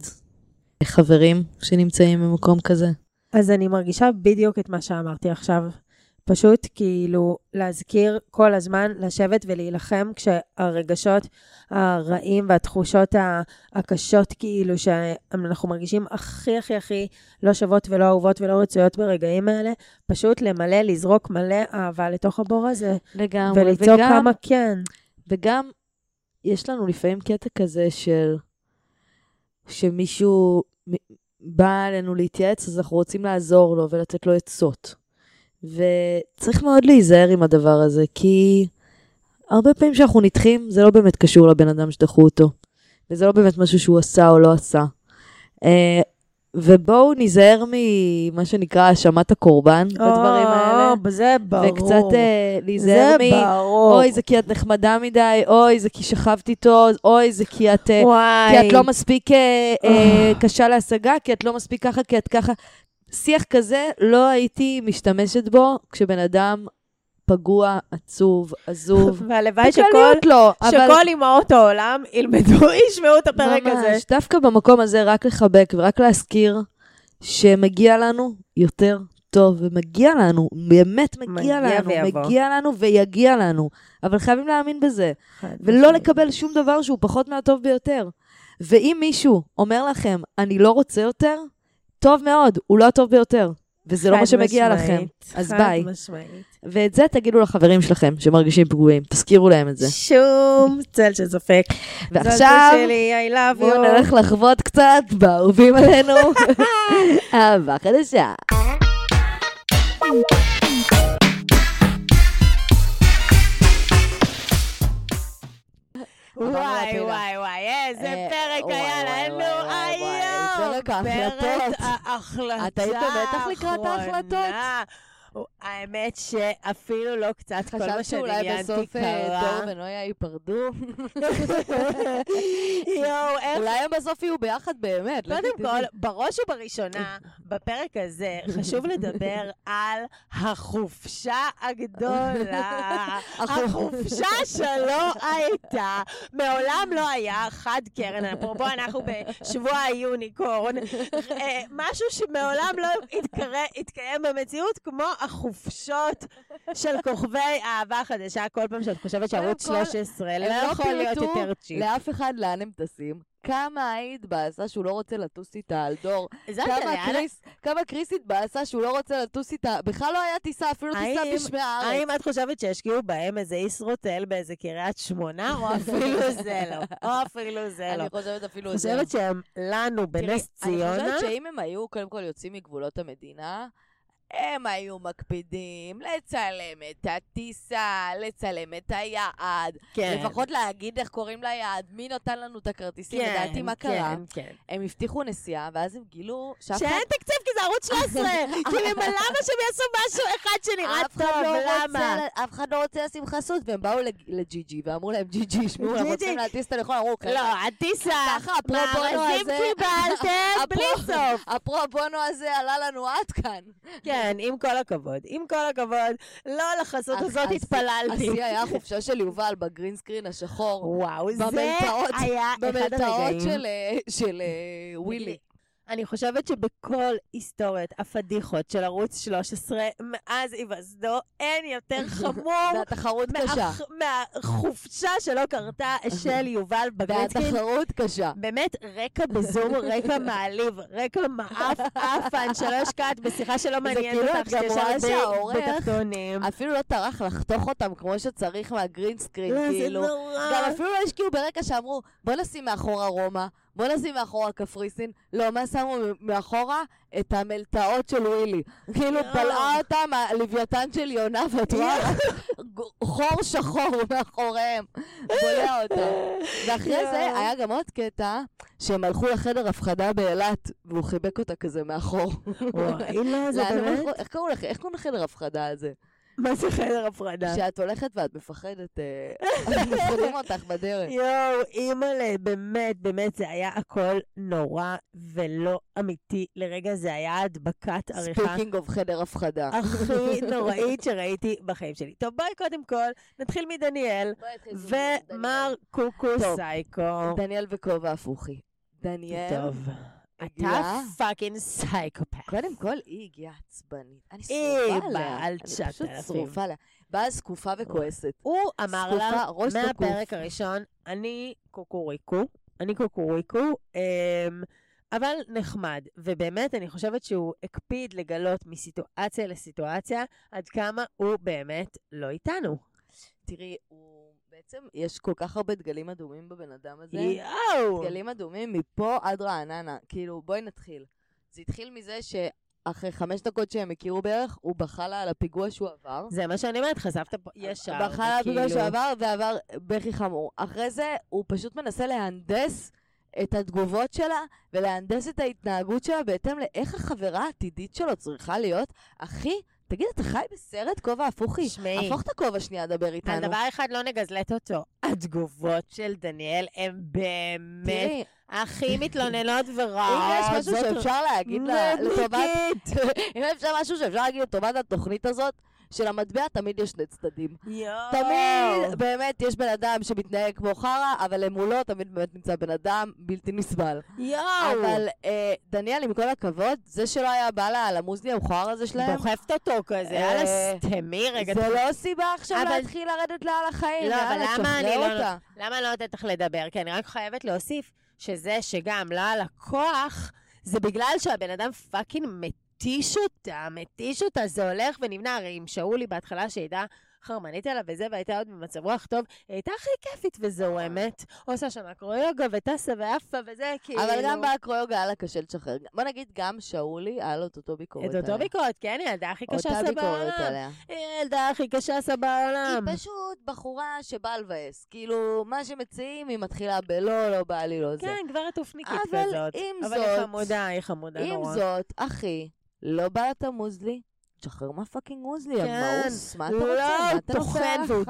חברים שנמצאים במקום כזה? אז אני מרגישה בדיוק את מה שאמרתי עכשיו. פשוט כאילו להזכיר כל הזמן, לשבת ולהילחם כשהרגשות הרעים והתחושות הקשות כאילו שאנחנו מרגישים הכי הכי הכי לא שוות ולא אהובות ולא רצויות ברגעים האלה, פשוט למלא, לזרוק מלא אהבה לתוך הבור הזה. לגמרי. וליצור כמה כן. וגם יש לנו לפעמים קטע כזה שמישהו בא אלינו להתייעץ, אז אנחנו רוצים לעזור לו ולתת לו עצות. וצריך מאוד להיזהר עם הדבר הזה, כי הרבה פעמים שאנחנו נדחים, זה לא באמת קשור לבן אדם שדחו אותו. וזה לא באמת משהו שהוא עשה או לא עשה. ובואו ניזהר ממה שנקרא האשמת הקורבן בדברים האלה. זה ברור. וקצת להיזהר אוי, זה כי את נחמדה מדי, אוי, זה כי שכבת איתו, אוי, זה כי את לא מספיק קשה להשגה, כי את לא מספיק ככה, כי את ככה. שיח כזה לא הייתי משתמשת בו כשבן אדם פגוע, עצוב, עזוב. והלוואי שכל אמהות העולם ילמדו, ישמעו את הפרק הזה. ממש, דווקא במקום הזה רק לחבק ורק להזכיר שמגיע לנו יותר טוב, ומגיע לנו, באמת מגיע לנו ויגיע לנו. אבל חייבים להאמין בזה. ולא לקבל שום דבר שהוא פחות מהטוב ביותר. ואם מישהו אומר לכם, אני לא רוצה יותר, טוב מאוד, הוא לא הטוב ביותר. וזה לא מה שמגיע לכם. אז ביי. ואת זה תגידו לחברים שלכם שמרגישים פגועים. תזכירו להם את זה. שום צל של ספק. ועכשיו, בואו נלך לחוות קצת באהובים עלינו. אהבה חדשה. וואי, וואי, וואי, איזה פרק היה לנו היום. פרק ההחלטות. את היית בטח לקראת ההחלטות? האמת שאפילו לא קצת כל מה שדמיינתי קרה. חשבת שאולי בסוף דור ונויה ייפרדו? אולי הם בסוף יהיו ביחד באמת. קודם כל, בראש ובראשונה, בפרק הזה, חשוב לדבר על החופשה הגדולה. החופשה שלא הייתה. מעולם לא היה חד קרן. אפרופו, אנחנו בשבוע היוניקורן. משהו שמעולם לא התקיים במציאות כמו החופשות של כוכבי אהבה חדשה, כל פעם שאת חושבת שערוץ 13 לא יכול להיות יותר צ'יפ. לאף אחד לאן הם טסים. כמה היית בעשה שהוא לא רוצה לטוס איתה על דור. כמה קריס התבאסה שהוא לא רוצה לטוס איתה. בכלל לא היה טיסה, אפילו טיסה בשמי הארץ. האם את חושבת שהשקיעו בהם איזה ישרוטל באיזה קריית שמונה, או אפילו זה לא? אני חושבת אפילו זה. חושבת שהם לנו בנס ציונה. אני חושבת שאם הם היו קודם כל יוצאים מגבולות המדינה, הם היו מקפידים לצלם את הטיסה, לצלם את היעד, לפחות להגיד איך קוראים ליעד, מי נותן לנו את הכרטיסים, לדעתי מה קרה. הם הבטיחו נסיעה, ואז הם גילו שאין תקציב כי זה ערוץ 13, כאילו למה שהם יעשו משהו אחד שנראה טוב, למה? אף אחד לא רוצה לשים חסות, והם באו לג'י-ג'י, ואמרו להם ג'י-ג'י, שמעו, אנחנו רוצים להטיס את הלכון, אמרו, לא, הטיסה, מארזים קיבלתם, בלי סוף. הפרו-בונו הזה עלה לנו עד כאן. כן, עם כל הכבוד, לא לחסות הזאת התפללתי. השיא היה החופשה של יובל בגרינסקרין השחור. וואו, זה היה אחד הרגעים. במלטעות של ווילי. אני חושבת שבכל היסטוריית הפדיחות של ערוץ 13, מאז היווסדו, אין יותר חמור והתחרות קשה. מהחופשה שלא קרתה של יובל בגרינסקין. והתחרות קשה. באמת, רקע בזום, רקע מעליב, רקע מאף-אפן שלא השקעת בשיחה שלא מעניינת אותך, ששאר בתחתונים. אפילו לא טרח לחתוך אותם כמו שצריך מהגרינסקרין, כאילו. זה נורא. גם אפילו לא השקיעו ברקע שאמרו, בוא נשים מאחורה רומא, בוא נשים מאחורה קפריסין, לא, מה שמו מאחורה? את המלטעות של ווילי. כאילו פלעה אותם, הלוויתן של יונה, ואת רואה חור שחור מאחוריהם. בולע אותם. ואחרי זה היה גם עוד קטע, שהם הלכו לחדר הפחדה באילת, והוא חיבק אותה כזה מאחור. לא, זה באמת? איך קוראים לחדר הפחדה הזה? מה זה חדר הפרדה? שאת הולכת ואת מפחדת, מפחדים אותך בדרך. יואו, אימא'לה, באמת, זה היה הכל נורא ולא אמיתי. לרגע זה היה הדבקת עריכה. ספיקינג אוף חדר הפחדה. הכי נוראית שראיתי בחיים שלי. טוב, בואי קודם כל, נתחיל מדניאל, ומר קוקו סייקו. דניאל וכובע הפוכי. דניאל. טוב. אתה פאקינג סייקופת. קודם כל, היא הגיעה עצבנית. אני שרופה עליה. אני פשוט שרופה עליה. באה זקופה וכועסת. הוא אמר לה, מהפרק הראשון, אני קוקוריקו, אבל נחמד. ובאמת, אני חושבת שהוא הקפיד לגלות מסיטואציה לסיטואציה, עד כמה הוא באמת לא איתנו. תראי, הוא בעצם, יש כל כך הרבה דגלים אדומים בבן אדם הזה. יאו! דגלים אדומים מפה עד רעננה. כאילו, בואי נתחיל. זה התחיל מזה שאחרי 5 דקות שהם הכירו בערך, הוא בכה לה על הפיגוע שהוא עבר. זה מה שאני אומרת, חשפת פה ישר. בכה לה על הפיגוע שהוא עבר, ועבר בכי חמור. אחרי זה, הוא פשוט מנסה להנדס את התגובות שלה, ולהנדס את ההתנהגות שלה, בהתאם לאיך החברה העתידית שלו צריכה להיות. אחי, תגיד, אתה חי בסרט כובע הפוכי? שמי. הפוך את הכובע שנייה, דבר איתנו. על דבר אחד לא נגזלת אותו. התגובות של דניאל הן באמת הכי מתלוננות ורע. אם יש משהו שאפשר להגיד לטובת... אם אפשר משהו שאפשר להגיד לטובת התוכנית הזאת, של המטבע תמיד יש 2 צדדים. תמיד באמת יש בן אדם שמתנהג כמו חרה, אבל למולו תמיד באמת נמצא בן אדם בלתי נסבל. אבל דניאל, עם כל הכבוד, זה שלא היה בא לה על המוזלי המכוער הזה שלהם. דוחפת אותו כזה, יאללה סתמי רגע. זה לא סיבה עכשיו להתחיל לרדת לה על החיים. לא, אבל למה לא נותנת לך לדבר? כי אני רק חייבת להוסיף שזה שגם לא הלקוח, זה בגלל שהבן אדם פאקינג מתיש אותה, זה הולך ונבנה, הרי עם שאולי בהתחלה שהייתה חרמנית עליו וזה, והייתה עוד במצב רוח טוב, היא הייתה הכי כיפית וזהו אמת, עושה שם אקרויוגה וטסה ואפה וזה כאילו... אבל גם באקרויוגה היה לה קשה לשחרר, בוא נגיד גם שאולי היה לו את אותו ביקורת עליה. את אותו ביקורת, כן, היא ילדה הכי קשה בעולם. היא ילדה הכי קשה בעולם. היא פשוט בחורה שבאה לבאס, כאילו מה שמציעים היא מתחילה בלא, לא בא לי, לא זה. כן, גברת אופניקית כזאת. אבל היא חמודה נורא. עם זאת, אחי, לא בא את המוזלי, תשחרר מה פאקינג מוזלי, המאוס, מה אתה רוצה? מה אתה טוחן, והוא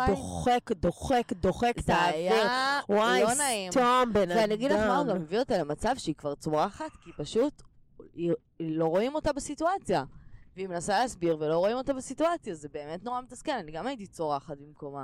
דוחק את האוויר. וואי, סתום בן אדם. ואני אגיד לך מה, הוא גם מביא אותה למצב שהיא כבר צורחת, כי פשוט לא רואים אותה בסיטואציה. והיא מנסה להסביר ולא רואים אותה בסיטואציה, זה באמת נורא מתסכל, אני גם הייתי צורחת במקומה.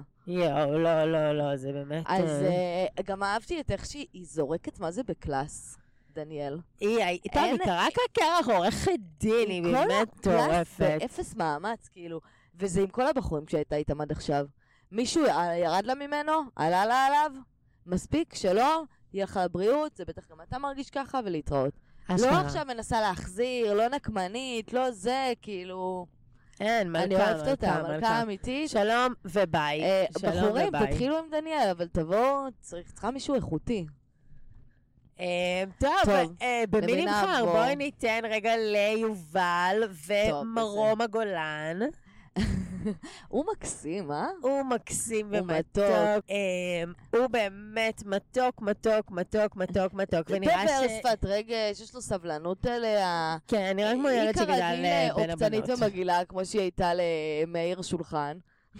לא, זה באמת... אז גם אהבתי את איך שהיא זורקת מה זה בקלאס. דניאל. היא קראה כקרח עורכת דין, היא באמת טורפת. אפס מאמץ, כאילו. וזה עם כל הבחורים שהייתה איתם עד עכשיו. מישהו ירד לה ממנו, עלה לה עליו, מספיק שלא, היא הלכה לבריאות, זה בטח גם אתה מרגיש ככה, ולהתראות. לא עכשיו מנסה להחזיר, לא נקמנית, לא זה, כאילו... אין, מלכה. אני אוהבת אותה, מלכה אמיתית. שלום וביי. בחורים, תתחילו עם דניאל, אבל תבואו, צריכה מישהו איכותי. טוב, במי נבחר? בואי ניתן רגע ליובל ומרום הגולן. הוא מקסים, אה? הוא מקסים ומתוק. הוא באמת מתוק. דבר שפת רגש, יש לו סבלנות אליה. כן, אני רק מוירת שגדל בין הבנות. היא כרגיל אופצנית ומגעילה, כמו שהיא הייתה למאיר שולחן.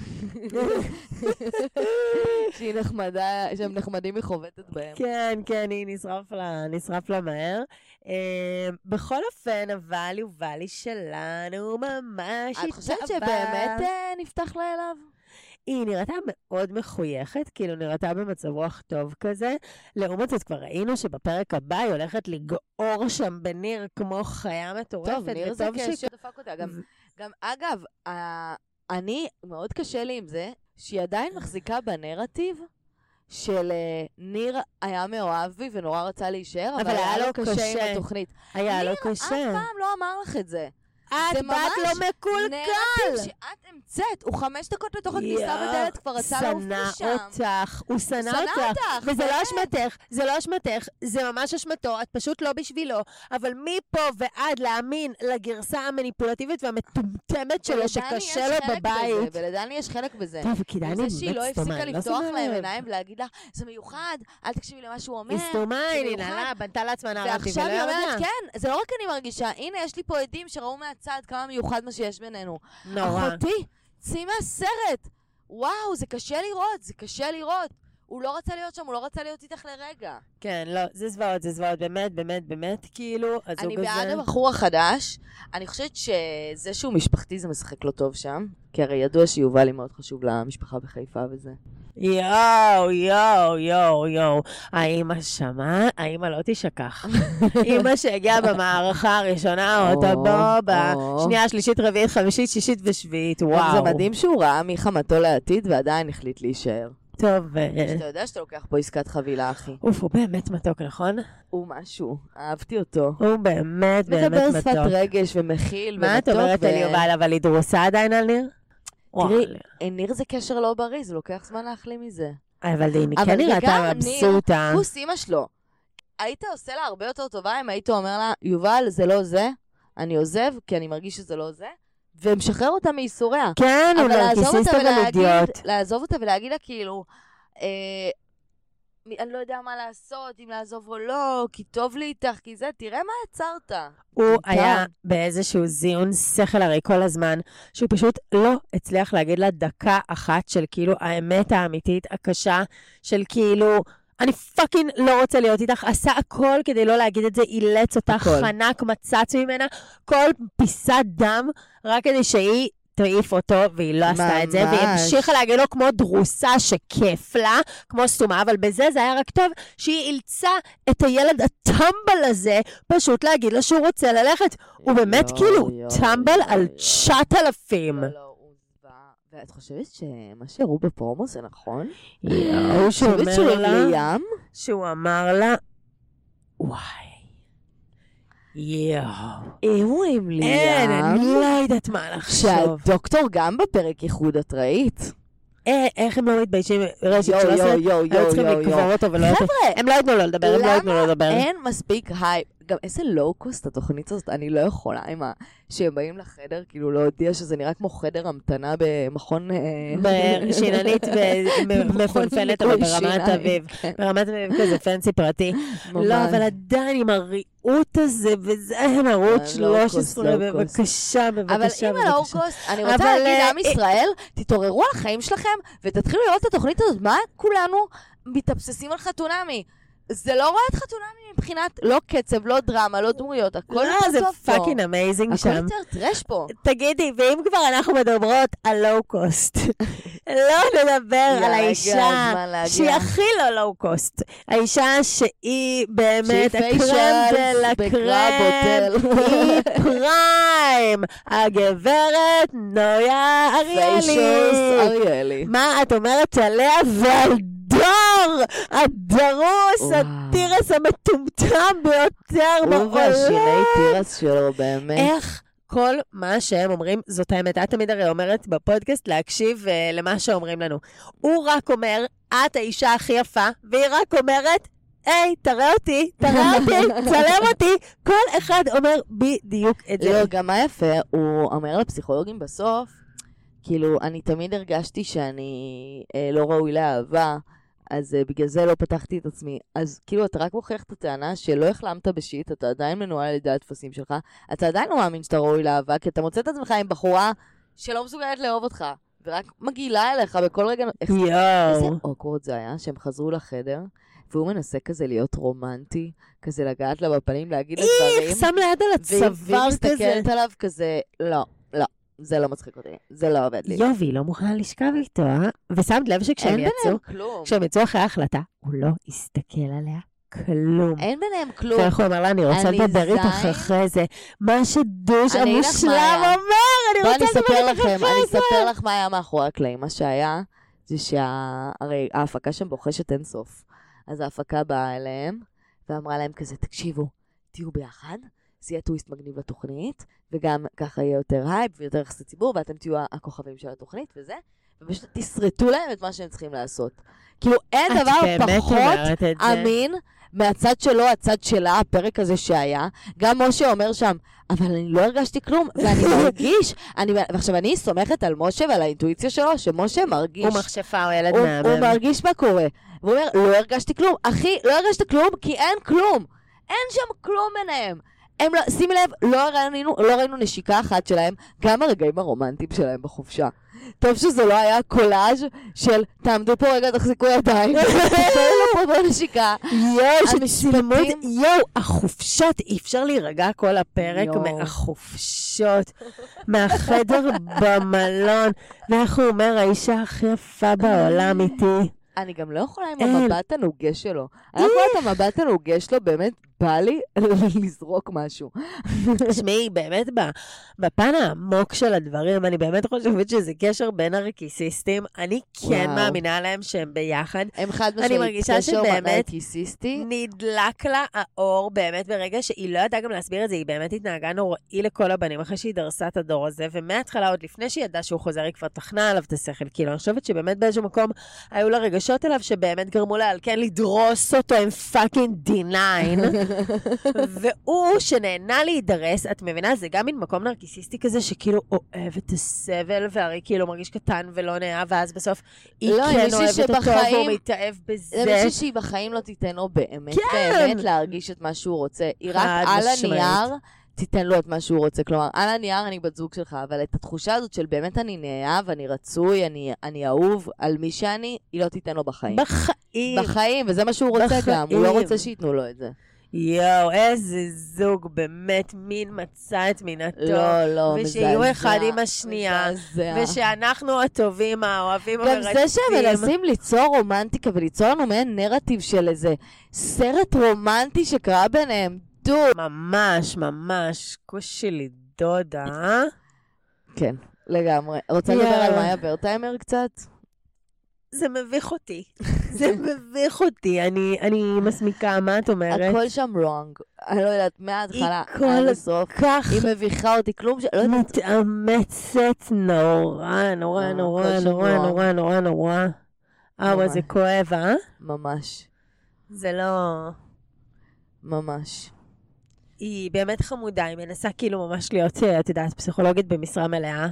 שהיא נחמדה, שהם נחמדים מחובטת בהם. כן, היא נשרף לה מהר. בכל אופן, אבל יובלי שלנו ממש את חושבת שבאמת נפתח לה אליו? היא נראתה מאוד מחויכת, כאילו נראתה במצב רוח טוב כזה. לעומת זאת כבר ראינו שבפרק הבא היא הולכת לגעור שם בניר כמו חיה מטורפת. טוב, ניר זה קשר דפק אותה. גם אגב, אני, מאוד קשה לי עם זה, שהיא עדיין מחזיקה בנרטיב של ניר היה מאוהב בי ונורא רצה להישאר, אבל היה לו קשה עם התוכנית. היה לו קשה. ניר אף פעם לא אמר לך את זה. את בת לא מקולקל. נרטיב שאת המצאת, הוא 5 דקות לתוך הכניסה בדלת, כבר רצה לעוף משם. הוא שנא אותך. וזה לא אשמתך, זה ממש אשמתו, את פשוט לא בשבילו. אבל מפה ועד להאמין לגרסה המניפולטיבית והמטומטמת שלו שקשה לו בבית. ולדני יש חלק בזה. טוב, כי דני באמת זה שהיא לא הפסיקה לפתוח להם עיניים ולהגיד לה, זה מיוחד, אל תקשיבי למה שהוא אומר. הסתומיין, היא נעלה, בנתה לעצמה נרטיב ולא ועכשיו היא אומרת, כן, זה לא רק אני מרגישה, הנה יש לי פה עדים שראו מהצד כמה מיוחד מה שיש בינינו. נורא. אחותי, צאי מהסרט. וואו, זה קשה לראות. הוא לא רצה להיות שם, הוא לא רצה להיות איתך לרגע. כן, לא, זה זוועות, באמת, כאילו, הזוג הזה... אני בעד הבחור החדש, אני חושבת שזה שהוא משפחתי זה משחק לא טוב שם, כי הרי ידוע שיובל לי מאוד חשוב למשפחה בחיפה וזה. יואו, האמא שמה, האמא לא תשכח. אמא שהגיעה במערכה הראשונה, אותה בובה, שנייה, שלישית, רביעית, חמישית, שישית ושביעית, וואו. זה מדהים שהוא ראה מחמתו לעתיד ועדיין החליט להישאר. טוב. שאתה יודע שאתה לוקח פה עסקת חבילה, אחי. אוף, הוא באמת מתוק, נכון? הוא משהו, אהבתי אותו. הוא באמת מתוק. מדבר שפת רגש ומכיל ומתוק. מה את אומרת על יובל, אבל היא דרוסה עדיין על ניר? תראי, ניר זה קשר לא בריא, זה לוקח זמן להחלים מזה. אבל היא כן נראתה מבסוטה. כוס אמא שלו. היית עושה לה הרבה יותר טובה אם היית אומר לה, יובל, זה לא זה, אני עוזב, כי אני מרגיש שזה לא זה, ומשחרר אותה מייסוריה. כן, הוא נרקיסיסט אבל אידיוט. לעזוב אותה ולהגיד לה כאילו, אני לא יודע מה לעשות, אם לעזוב או לא, כי טוב לי איתך, כי זה, תראה מה יצרת. הוא היה באיזשהו זיון שכל הרי כל הזמן, שהוא פשוט לא הצליח להגיד לה דקה אחת של כאילו האמת האמיתית הקשה, של כאילו, אני פאקינג לא רוצה להיות איתך, עשה הכל כדי לא להגיד את זה, אילץ אותה, חנק, מצץ ממנה, כל פיסת דם, רק כדי שהיא תעיף אותו, והיא לא עשתה את זה, והיא המשיכה להגיד לו כמו דרוסה שכיף לה, כמו סתומה, אבל בזה זה היה רק טוב, שהיא אילצה את הילד הטמבל הזה, פשוט להגיד לו שהוא רוצה ללכת. הוא באמת כאילו טמבל על 9,000. ואת חושבת שמה שהראו בפרומו זה נכון? שהוא אמר לה, וואי. אם הוא עם ליאם, אין, אני לא יודעת מה לחשוב. שהדוקטור גם בפרק ייחוד, את ראית? איך הם לא מתביישים? רשת 13? היו צריכים לקבור אותו ולא... חבר'ה! הם לא יתנו לו לדבר, למה אין מספיק הייפ? גם איזה לואו-קוסט התוכנית הזאת, אני לא יכולה עם שהם באים לחדר, כאילו להודיע שזה נראה כמו חדר המתנה במכון... שיננית ומפונפנת, אבל ברמת אביב. ברמת אביב כזה פנסי פרטי. לא, אבל עדיין עם הריאות הזה, וזה הם ערוץ 13, בבקשה. אבל עם הלואו-קוסט, אני רוצה להגיד, עם ישראל, תתעוררו על החיים שלכם, ותתחילו לראות את התוכנית הזאת, מה כולנו מתאבססים על חתונמי? זה לא רואה את חתונמי מבחינת, לא קצב, לא דרמה, לא דמויות, הכל לא, זה פאקינג אמייזינג שם. הכל יותר טרש פה. תגידי, ואם כבר אנחנו מדברות על לואו-קוסט, לא נדבר על האישה שהיא הכי לא לואו-קוסט. האישה שהיא באמת הקרם דה לקרם, היא פריים. הגברת נויה אריאלי. מה את אומרת עליה ועל דור, הדרוס, הטירס המטומטם ביותר בעולם. הוא והשיני טירס שלו, באמת. איך כל מה שהם אומרים, זאת האמת, את תמיד הרי אומרת בפודקאסט להקשיב למה שאומרים לנו. הוא רק אומר, את האישה הכי יפה, והיא רק אומרת, היי, תראה אותי, צלם אותי. כל אחד אומר בדיוק את זה. לא, גם מה יפה, הוא אומר לפסיכולוגים בסוף, כאילו, אני תמיד הרגשתי שאני לא ראוי לאהבה, אז בגלל זה לא פתחתי את עצמי. אז כאילו, אתה רק מוכיח את הטענה שלא החלמת בשיט, אתה עדיין מנוהל על ידי הדפסים שלך, אתה עדיין לא מאמין שאתה ראוי לאהבה, כי אתה מוצא את עצמך עם בחורה שלא מסוגלת לאהוב אותך, ורק מגעילה אליך בכל רגע... איזה אוקוורד זה היה, שהם חזרו לחדר, והוא מנסה כזה להיות רומנטי, כזה לגעת לה בפנים, להגיד לה דברים. איך, שם ליד על הצוואר כזה. והיא מסתכלת עליו כזה, לא. זה לא מצחיק אותי, זה לא עובד לי. יובי, לא מוכנה לשכב איתו, ושמת לב שכשהם יצאו אחרי ההחלטה, הוא לא הסתכל עליה כלום. אין ביניהם כלום. ואיך הוא אמר לה, אני רוצה לדבר איתך אחרי זה. מה שדוש המושלם אומר, אני רוצה לדבר איתך אחרי זה. אני אספר לך מה היה מאחורי הקלעים. מה שהיה, זה שהרי ההפקה שם בוחשת אינסוף. אז ההפקה באה אליהם, ואמרה להם כזה, תקשיבו, תהיו ביחד. זה יהיה טוויסט מגניב לתוכנית, וגם ככה יהיה יותר הייפ ויותר יחסי ציבור, ואתם תהיו הכוכבים של התוכנית וזה, ופשוט תסרטו להם את מה שהם צריכים לעשות. כאילו אין דבר פחות אמין מהצד שלו, הצד שלה, הפרק הזה שהיה, גם משה אומר שם, אבל אני לא הרגשתי כלום, ואני מרגיש, ועכשיו אני סומכת על משה ועל האינטואיציה שלו, שמשה מרגיש. הוא מכשפה, הוא ילד מהמם. הוא מרגיש מה קורה. והוא אומר, לא הרגשתי כלום. אחי, לא הרגשת כלום, כי אין כלום. אין שם כלום ביניהם. שימי לב, לא ראינו נשיקה אחת שלהם, גם הרגעים הרומנטיים שלהם בחופשה. טוב שזה לא היה קולאז' של תעמדו פה רגע, תחזיקו ידיים, תעמדו פה בנשיקה. החופשות, אי אפשר להירגע כל הפרק מהחופשות, מהחדר במלון, ואיך הוא אומר, האישה הכי יפה בעולם איתי. אני גם לא יכולה עם המבט הנוגה שלו. אני יכולה את המבט הנוגה שלו, באמת בא לי לזרוק משהו. שמי, באמת בפן העמוק של הדברים, אני באמת חושבת שזה קשר בין הרקיסיסטים. אני כן מאמינה להם שהם ביחד. הם חד משמעית קשר רקיסיסטי. נדלק לה האור באמת ברגע שהיא לא ידעה גם להסביר את זה, היא באמת התנהגה נוראי לכל הבנים אחרי שהיא דרסה את הדור הזה, ומההתחלה עוד לפני שהיא ידעה שהוא חוזר, היא כבר תכנה עליו את השכל. כאילו, אני חושבת שבאמת באיזשהו מקום היו לה רגשות אליו שבאמת גרמו לה על כן לדרוס אותו עם פאקינג D9. והוא שנהנה להידרס, את מבינה, זה גם מין מקום נרקיסיסטי כזה שכאילו אוהב את הסבל, והרי כאילו מרגיש קטן ולא נאה, ואז בסוף היא כן אוהבת אותו והוא מתאהב בזה. זה מישהו שהיא בחיים לא תיתן לו באמת, באמת להרגיש את מה שהוא רוצה. היא רק על הנייר תיתן לו את מה שהוא רוצה. כלומר, על הנייר אני בת זוג שלך, אבל את התחושה הזאת של באמת אני נאהב, אני רצוי, אני אהוב על מי שאני, היא לא תיתן לו בחיים. בחיים, וזה מה שהוא רוצה גם. הוא לא רוצה שיתנו לו את זה. יואו, איזה זוג, באמת, מין מצא את מינתו. לא, ושיהיו אחד עם השנייה. ושאנחנו הטובים, האוהבים המרצים. גם זה שהם מנסים ליצור רומנטיקה, וליצור לנו מעין נרטיב של איזה סרט רומנטי שקרה ביניהם. ממש, קושי לי דודה, אה? כן, לגמרי. רוצה לדבר על מאיה ברטהיימר קצת? זה מביך אותי. אני מסמיקה, מה את אומרת? הכל שם wrong. אני לא יודעת, מההתחלה עד לסוף. היא מביכה אותי, כלום ש... מתאמצת נורא. זה כואב, אה? ממש. זה לא... ממש. היא באמת חמודה, היא מנסה כאילו ממש להיות, את יודעת, פסיכולוגית במשרה מלאה.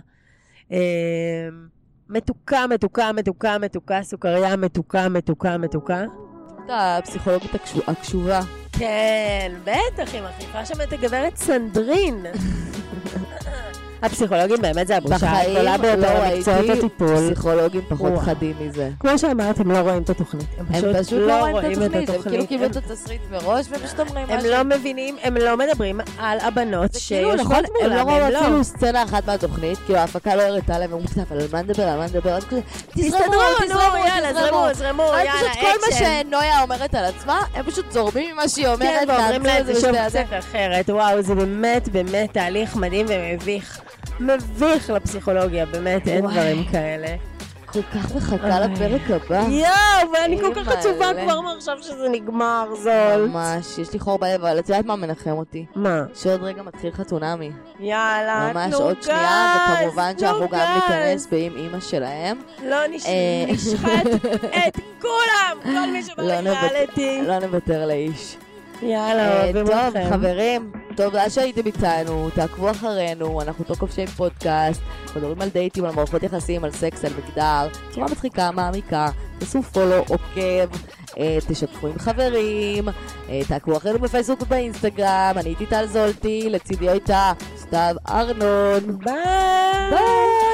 מתוקה, סוכריה, מתוקה. את הפסיכולוגית הקשובה. כן, בטח, היא מחליפה שם את הגברת סנדרין. הפסיכולוגים באמת זה הבושה הגדולה ביותר במקצועות הטיפול. פסיכולוגים פחות חדים מזה. כמו שאמרת, הם לא רואים את התוכנית. הם פשוט לא רואים את התוכנית. הם כאילו קיבלו את התסריט מראש ופשוט אומרים משהו. הם לא מבינים, הם לא מדברים על הבנות שיושבות מולם. הם לא רואים אפילו סצנה אחת מהתוכנית, כאילו ההפקה לא הראתה להם, הם אומרים, אבל על מה נדבר? תזרמו, יאללה, כל מה שנויה אומרת על עצמה, הם פשוט זורמים ממה שהיא אומרת. כן, ואומרים לה את זה שוב קצת אחרת. וואו, זה באמת תהליך מדהים ומביך. מביך לפסיכולוגיה, באמת, אין דברים כאלה. כל כך מחכה לפרק הבא. יואו, ואני כל כך עצובה כבר מעכשיו שזה נגמר, זול. ממש, יש לי חור בלב, אבל את יודעת מה מנחם אותי? מה? שעוד רגע מתחיל חתונמי. יאללה, ממש עוד שנייה, וכמובן שאנחנו גם ניכנס באם אימא שלהם. לא נשחט את כולם, כל מי שבא לריאליטי. לא נוותר לאיש. יאללה, אוהבים אתכם. טוב, חברים, תודה שהייתם איתנו, תעקבו אחרינו, אנחנו טוק אוף שיים פודקאסט, מדברים על דייטים, על מערכות יחסים, על סקס, על מגדר, צורה מצחיקה, מעמיקה, תעשו פולו, עוקב, תשתפו עם חברים, תעקבו אחרינו בפייסבוק ובאינסטגרם, אני הייתי טל זולטי, לצידי הייתה סתיו ארנון. ביי!